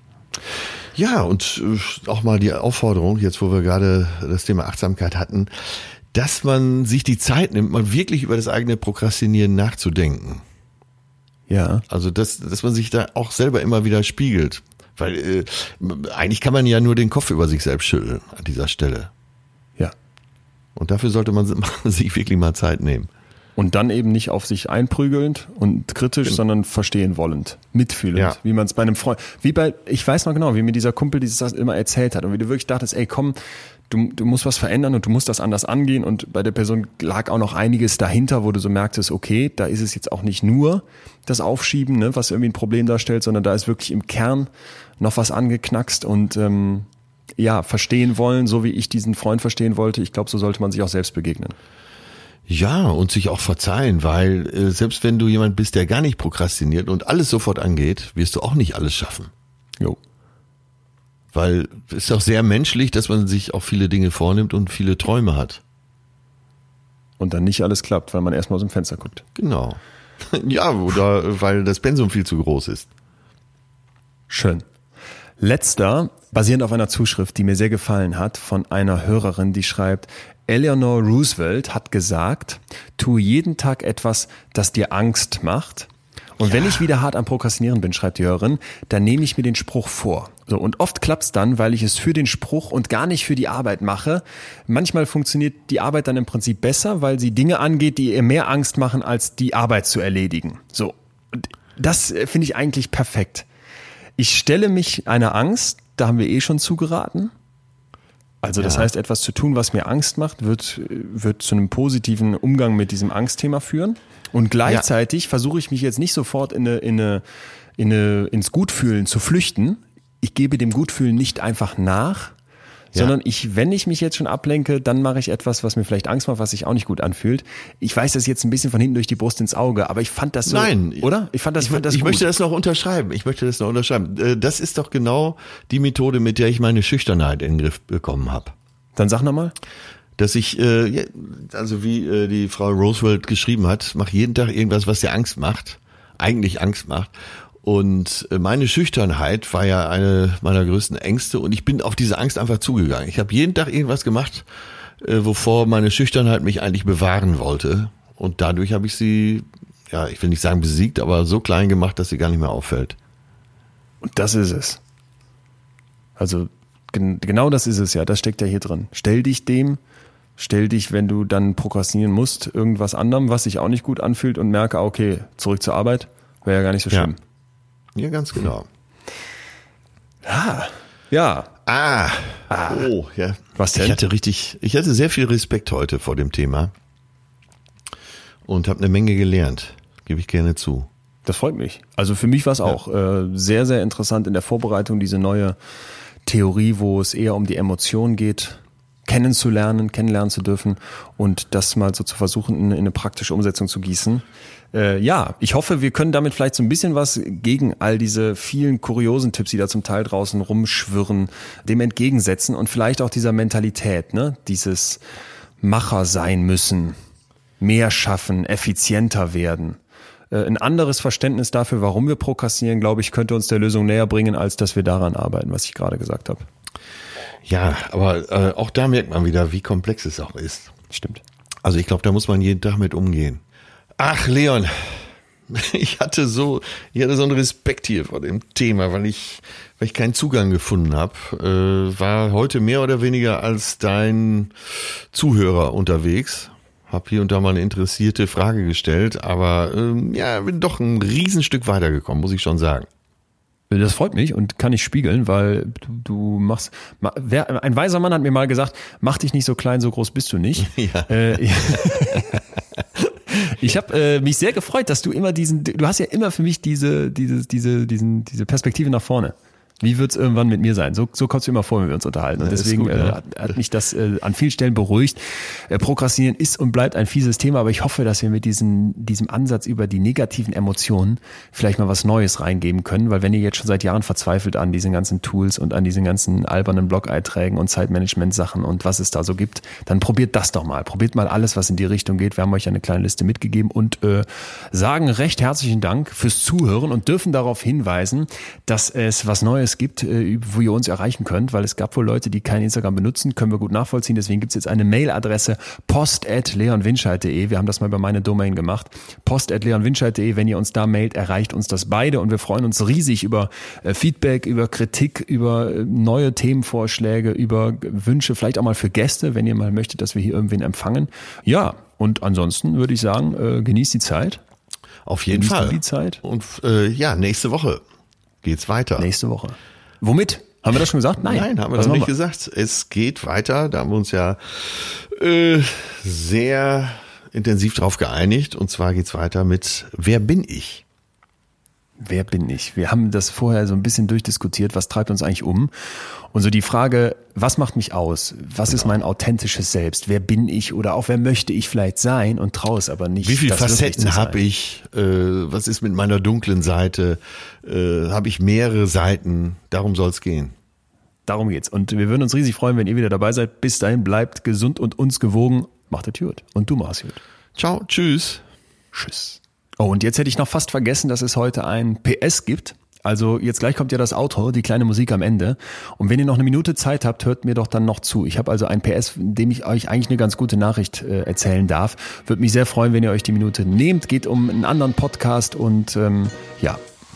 Ja, und auch mal die Aufforderung, jetzt wo wir gerade das Thema Achtsamkeit hatten, dass man sich die Zeit nimmt, mal wirklich über das eigene Prokrastinieren nachzudenken.
Ja.
Also, dass, dass man sich da auch selber immer wieder spiegelt. Weil äh, eigentlich kann man ja nur den Kopf über sich selbst schütteln an dieser Stelle.
Ja.
Und dafür sollte man sich wirklich mal Zeit nehmen.
Und dann eben nicht auf sich einprügelnd und kritisch, genau. sondern verstehen wollend, mitfühlend, ja. wie man es bei einem Freund, wie bei, ich weiß noch genau, wie mir dieser Kumpel dieses immer erzählt hat und wie du wirklich dachtest, ey komm, du, du musst was verändern und du musst das anders angehen und bei der Person lag auch noch einiges dahinter, wo du so merktest, okay, da ist es jetzt auch nicht nur das Aufschieben, ne, was irgendwie ein Problem darstellt, sondern da ist wirklich im Kern noch was angeknackst und ähm, ja, verstehen wollen, so wie ich diesen Freund verstehen wollte. Ich glaube, so sollte man sich auch selbst begegnen.
Ja, und sich auch verzeihen, weil äh, selbst wenn du jemand bist, der gar nicht prokrastiniert und alles sofort angeht, wirst du auch nicht alles schaffen.
Jo.
Weil es ist auch sehr menschlich, dass man sich auch viele Dinge vornimmt und viele Träume hat.
Und dann nicht alles klappt, weil man erstmal aus dem Fenster guckt.
Genau. Ja, oder weil das Pensum viel zu groß ist.
Schön. Letzter, basierend auf einer Zuschrift, die mir sehr gefallen hat, von einer Hörerin, die schreibt, Eleanor Roosevelt hat gesagt, tue jeden Tag etwas, das dir Angst macht. Und ja. wenn ich wieder hart am Prokrastinieren bin, schreibt die Hörerin, dann nehme ich mir den Spruch vor. So, und oft klappt's dann, weil ich es für den Spruch und gar nicht für die Arbeit mache. Manchmal funktioniert die Arbeit dann im Prinzip besser, weil sie Dinge angeht, die ihr mehr Angst machen, als die Arbeit zu erledigen. So, und das finde ich eigentlich perfekt. Ich stelle mich einer Angst, da haben wir eh schon zugeraten. Also das ja. heißt, etwas zu tun, was mir Angst macht, wird, wird zu einem positiven Umgang mit diesem Angstthema führen. Und gleichzeitig ja. versuche ich mich jetzt nicht sofort in eine, in eine, in eine, ins Gutfühlen zu flüchten. Ich gebe dem Gutfühlen nicht einfach nach, ja. sondern ich, wenn ich mich jetzt schon ablenke, dann mache ich etwas, was mir vielleicht Angst macht, was sich auch nicht gut anfühlt. Ich weiß das jetzt ein bisschen von hinten durch die Brust ins Auge, aber ich fand das so,
Nein,
oder? Ich fand das,
ich,
fand das
ich
gut.
möchte das noch unterschreiben. Ich möchte das noch unterschreiben. Das ist doch genau die Methode, mit der ich meine Schüchternheit in den Griff bekommen habe.
Dann sag nochmal.
Dass ich, äh, also wie äh, die Frau Roosevelt geschrieben hat, mach jeden Tag irgendwas, was dir Angst macht, eigentlich Angst macht. Und äh, meine Schüchternheit war ja eine meiner größten Ängste und ich bin auf diese Angst einfach zugegangen. Ich habe jeden Tag irgendwas gemacht, äh, wovor meine Schüchternheit mich eigentlich bewahren wollte. Und dadurch habe ich sie, ja, ich will nicht sagen besiegt, aber so klein gemacht, dass sie gar nicht mehr auffällt.
Und das ist es. Also gen- genau das ist es ja, das steckt ja hier drin. Stell dich dem, stell dich, wenn du dann prokrastinieren musst, irgendwas anderem, was sich auch nicht gut anfühlt und merke, okay, zurück zur Arbeit, wäre ja gar nicht so schlimm.
Ja. Ja, ganz genau.
Ah, ja.
Ah,
ah.
oh, ja.
Was denn?
Ich hatte richtig, ich hatte sehr viel Respekt heute vor dem Thema und habe eine Menge gelernt, gebe ich gerne zu.
Das freut mich. Also für mich war es auch ja. äh, sehr, sehr interessant in der Vorbereitung, diese neue Theorie, wo es eher um die Emotionen geht, kennenzulernen, kennenlernen zu dürfen und das mal so zu versuchen, in, in eine praktische Umsetzung zu gießen. Äh, ja, ich hoffe, wir können damit vielleicht so ein bisschen was gegen all diese vielen kuriosen Tipps, die da zum Teil draußen rumschwirren, dem entgegensetzen und vielleicht auch dieser Mentalität, ne, dieses Macher sein müssen, mehr schaffen, effizienter werden. Äh, ein anderes Verständnis dafür, warum wir prokrastinieren, glaube ich, könnte uns der Lösung näher bringen, als dass wir daran arbeiten, was ich gerade gesagt habe.
Ja, aber äh, auch da merkt man wieder, wie komplex es auch ist.
Stimmt.
Also ich glaube, da muss man jeden Tag mit umgehen. Ach, Leon, ich hatte so, ich hatte so einen Respekt hier vor dem Thema, weil ich, weil ich keinen Zugang gefunden habe. Äh, war heute mehr oder weniger als dein Zuhörer unterwegs. Hab hier und da mal eine interessierte Frage gestellt, aber ähm, ja, bin doch ein Riesenstück weitergekommen, muss ich schon sagen.
Das freut mich und kann ich spiegeln, weil du, du machst, wer, ein weiser Mann hat mir mal gesagt, mach dich nicht so klein, so groß bist du nicht. Ja. Äh, ich habe äh, mich sehr gefreut, dass du immer diesen, du hast ja immer für mich diese, diese, diese, diesen, diese Perspektive nach vorne. Wie wird's irgendwann mit mir sein? So, so kommst du immer vor, wenn wir uns unterhalten. Und ja, deswegen gut, ja. äh, hat, hat mich das äh, an vielen Stellen beruhigt. Äh, Prokrastinieren ist und bleibt ein fieses Thema, aber ich hoffe, dass wir mit diesem, diesem Ansatz über die negativen Emotionen vielleicht mal was Neues reingeben können, weil wenn ihr jetzt schon seit Jahren verzweifelt an diesen ganzen Tools und an diesen ganzen albernen Blog-Einträgen und Zeitmanagement-Sachen und was es da so gibt, dann probiert das doch mal. Probiert mal alles, was in die Richtung geht. Wir haben euch eine kleine Liste mitgegeben und äh, sagen recht herzlichen Dank fürs Zuhören und dürfen darauf hinweisen, dass es was Neues gibt, wo ihr uns erreichen könnt, weil es gab wohl Leute, die kein Instagram benutzen, können wir gut nachvollziehen. Deswegen gibt es jetzt eine Mailadresse post at leonwinscheid punkt de. Wir haben das mal über meine Domain gemacht. post at leonwinscheid punkt de. Wenn ihr uns da mailt, erreicht uns das beide und wir freuen uns riesig über Feedback, über Kritik, über neue Themenvorschläge, über Wünsche, vielleicht auch mal für Gäste, wenn ihr mal möchtet, dass wir hier irgendwen empfangen. Ja, und ansonsten würde ich sagen, genießt die Zeit.
Auf jeden
genießt
Fall.
Die Zeit.
Und äh, ja, nächste Woche geht's weiter.
Nächste Woche. Womit? Haben wir das schon gesagt? Nein.
Nein, haben wir
Was
noch nicht
wir?
gesagt. Es geht weiter. Da haben wir uns ja äh, sehr intensiv drauf geeinigt. Und zwar geht's weiter mit Wer bin ich?
Wer bin ich? Wir haben das vorher so ein bisschen durchdiskutiert. Was treibt uns eigentlich um? Und so die Frage, was macht mich aus? Was genau. ist mein authentisches Selbst? Wer bin ich? Oder auch wer möchte ich vielleicht sein und traue es aber nicht?
Wie viele Facetten habe ich? Äh, was ist mit meiner dunklen Seite? Äh, habe ich mehrere Seiten? Darum soll es gehen.
Darum geht's. Und wir würden uns riesig freuen, wenn ihr wieder dabei seid. Bis dahin bleibt gesund und uns gewogen. Macht es gut. Und du machst gut.
Ciao. Tschüss.
Tschüss. Oh, und jetzt hätte ich noch fast vergessen, dass es heute ein P S gibt. Also jetzt gleich kommt ja das Outro, die kleine Musik am Ende. Und wenn ihr noch eine Minute Zeit habt, hört mir doch dann noch zu. Ich habe also ein P S, in dem ich euch eigentlich eine ganz gute Nachricht äh, erzählen darf. Würde mich sehr freuen, wenn ihr euch die Minute nehmt. Geht um einen anderen Podcast und ähm, ja.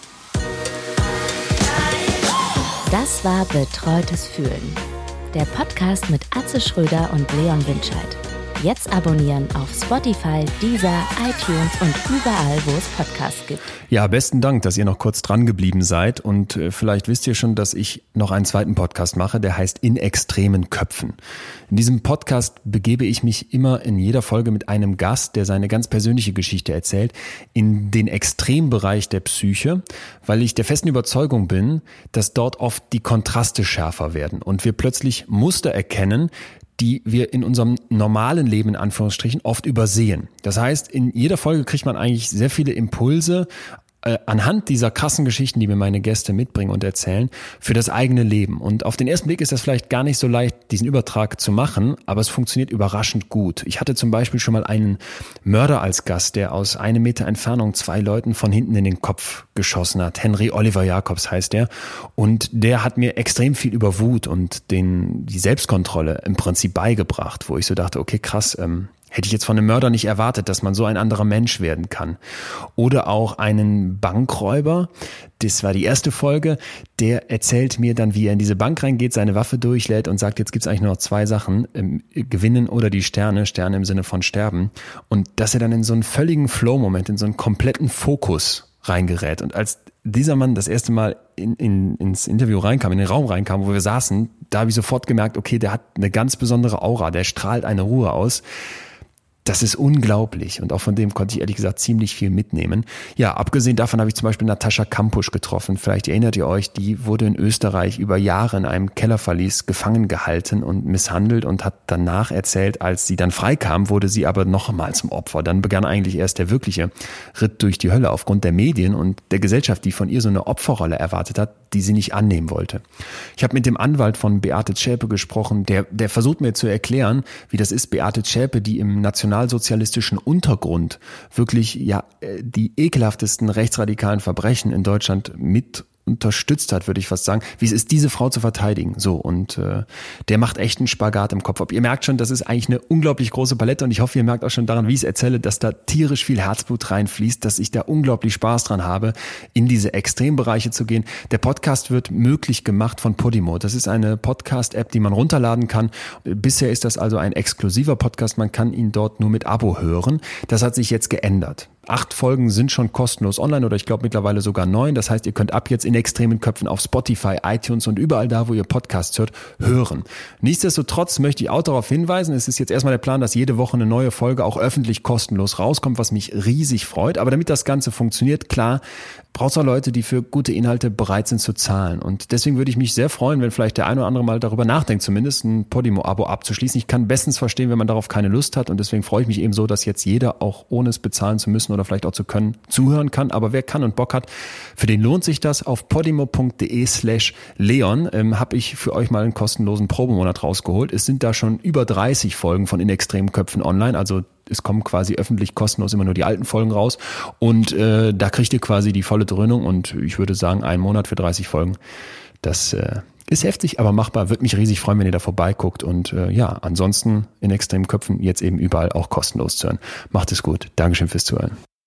Das war Betreutes Fühlen. Der Podcast mit Atze Schröder und Leon Winscheid. Jetzt abonnieren auf Spotify, Deezer, iTunes und überall, wo es Podcasts gibt.
Ja, besten Dank, dass ihr noch kurz dran geblieben seid. Und äh, vielleicht wisst ihr schon, dass ich noch einen zweiten Podcast mache, der heißt In extremen Köpfen. In diesem Podcast begebe ich mich immer in jeder Folge mit einem Gast, der seine ganz persönliche Geschichte erzählt, in den Extrembereich der Psyche, weil ich der festen Überzeugung bin, dass dort oft die Kontraste schärfer werden und wir plötzlich Muster erkennen, die wir in unserem normalen Leben in Anführungsstrichen oft übersehen. Das heißt, in jeder Folge kriegt man eigentlich sehr viele Impulse äh, anhand dieser krassen Geschichten, die mir meine Gäste mitbringen und erzählen, für das eigene Leben. Und auf den ersten Blick ist das vielleicht gar nicht so leicht, diesen Übertrag zu machen, aber es funktioniert überraschend gut. Ich hatte zum Beispiel schon mal einen Mörder als Gast, der aus einem Meter Entfernung zwei Leuten von hinten in den Kopf geschossen hat. Henry Oliver Jacobs heißt der. Und der hat mir extrem viel über Wut und den, die Selbstkontrolle im Prinzip beigebracht, wo ich so dachte, okay, krass, ähm, hätte ich jetzt von einem Mörder nicht erwartet, dass man so ein anderer Mensch werden kann. Oder auch einen Bankräuber, das war die erste Folge, der erzählt mir dann, wie er in diese Bank reingeht, seine Waffe durchlädt und sagt, jetzt gibt's eigentlich nur noch zwei Sachen, ähm, gewinnen oder die Sterne, Sterne im Sinne von sterben. Und dass er dann in so einen völligen Flow-Moment, in so einen kompletten Fokus reingerät. Und als dieser Mann das erste Mal in, in, ins Interview reinkam, in den Raum reinkam, wo wir saßen, da habe ich sofort gemerkt, okay, der hat eine ganz besondere Aura, der strahlt eine Ruhe aus. Das ist unglaublich und auch von dem konnte ich ehrlich gesagt ziemlich viel mitnehmen. Ja, abgesehen davon habe ich zum Beispiel Natascha Kampusch getroffen. Vielleicht erinnert ihr euch, die wurde in Österreich über Jahre in einem Kellerverlies gefangen gehalten und misshandelt und hat danach erzählt, als sie dann freikam, wurde sie aber noch einmal zum Opfer. Dann begann eigentlich erst der wirkliche Ritt durch die Hölle aufgrund der Medien und der Gesellschaft, die von ihr so eine Opferrolle erwartet hat, die sie nicht annehmen wollte. Ich habe mit dem Anwalt von Beate Zschäpe gesprochen, der, der versucht mir zu erklären, wie das ist, Beate Zschäpe, die im nationalsozialistischen Untergrund wirklich ja die ekelhaftesten rechtsradikalen Verbrechen in Deutschland mit unterstützt hat, würde ich fast sagen, wie es ist, diese Frau zu verteidigen. So, und äh, der macht echt einen Spagat im Kopf. Ihr merkt schon, das ist eigentlich eine unglaublich große Palette und ich hoffe, ihr merkt auch schon daran, wie ich es erzähle, dass da tierisch viel Herzblut reinfließt, dass ich da unglaublich Spaß dran habe, in diese Extrembereiche zu gehen. Der Podcast wird möglich gemacht von Podimo. Das ist eine Podcast-App, die man runterladen kann. Bisher ist das also ein exklusiver Podcast. Man kann ihn dort nur mit Abo hören. Das hat sich jetzt geändert. Acht Folgen sind schon kostenlos online oder ich glaube mittlerweile sogar neun. Das heißt, ihr könnt ab jetzt in extremen Köpfen auf Spotify, iTunes und überall da, wo ihr Podcasts hört, hören. Nichtsdestotrotz möchte ich auch darauf hinweisen, es ist jetzt erstmal der Plan, dass jede Woche eine neue Folge auch öffentlich kostenlos rauskommt, was mich riesig freut. Aber damit das Ganze funktioniert, klar, braucht es auch Leute, die für gute Inhalte bereit sind zu zahlen. Und deswegen würde ich mich sehr freuen, wenn vielleicht der ein oder andere mal darüber nachdenkt, zumindest ein Podimo-Abo abzuschließen. Ich kann bestens verstehen, wenn man darauf keine Lust hat und deswegen freue ich mich eben so, dass jetzt jeder auch ohne es bezahlen zu müssen oder vielleicht auch zu können, zuhören kann. Aber wer kann und Bock hat, für den lohnt sich das. Auf podimo.de slash Leon ähm, habe ich für euch mal einen kostenlosen Probemonat rausgeholt. Es sind da schon über dreißig Folgen von In extremen Köpfen online, also es kommen quasi öffentlich kostenlos immer nur die alten Folgen raus und äh, da kriegt ihr quasi die volle Dröhnung und ich würde sagen, einen Monat für dreißig Folgen, das äh, ist heftig, aber machbar. Würde mich riesig freuen, wenn ihr da vorbeiguckt und äh, ja, ansonsten In extremen Köpfen jetzt eben überall auch kostenlos zu hören. Macht es gut. Dankeschön fürs Zuhören.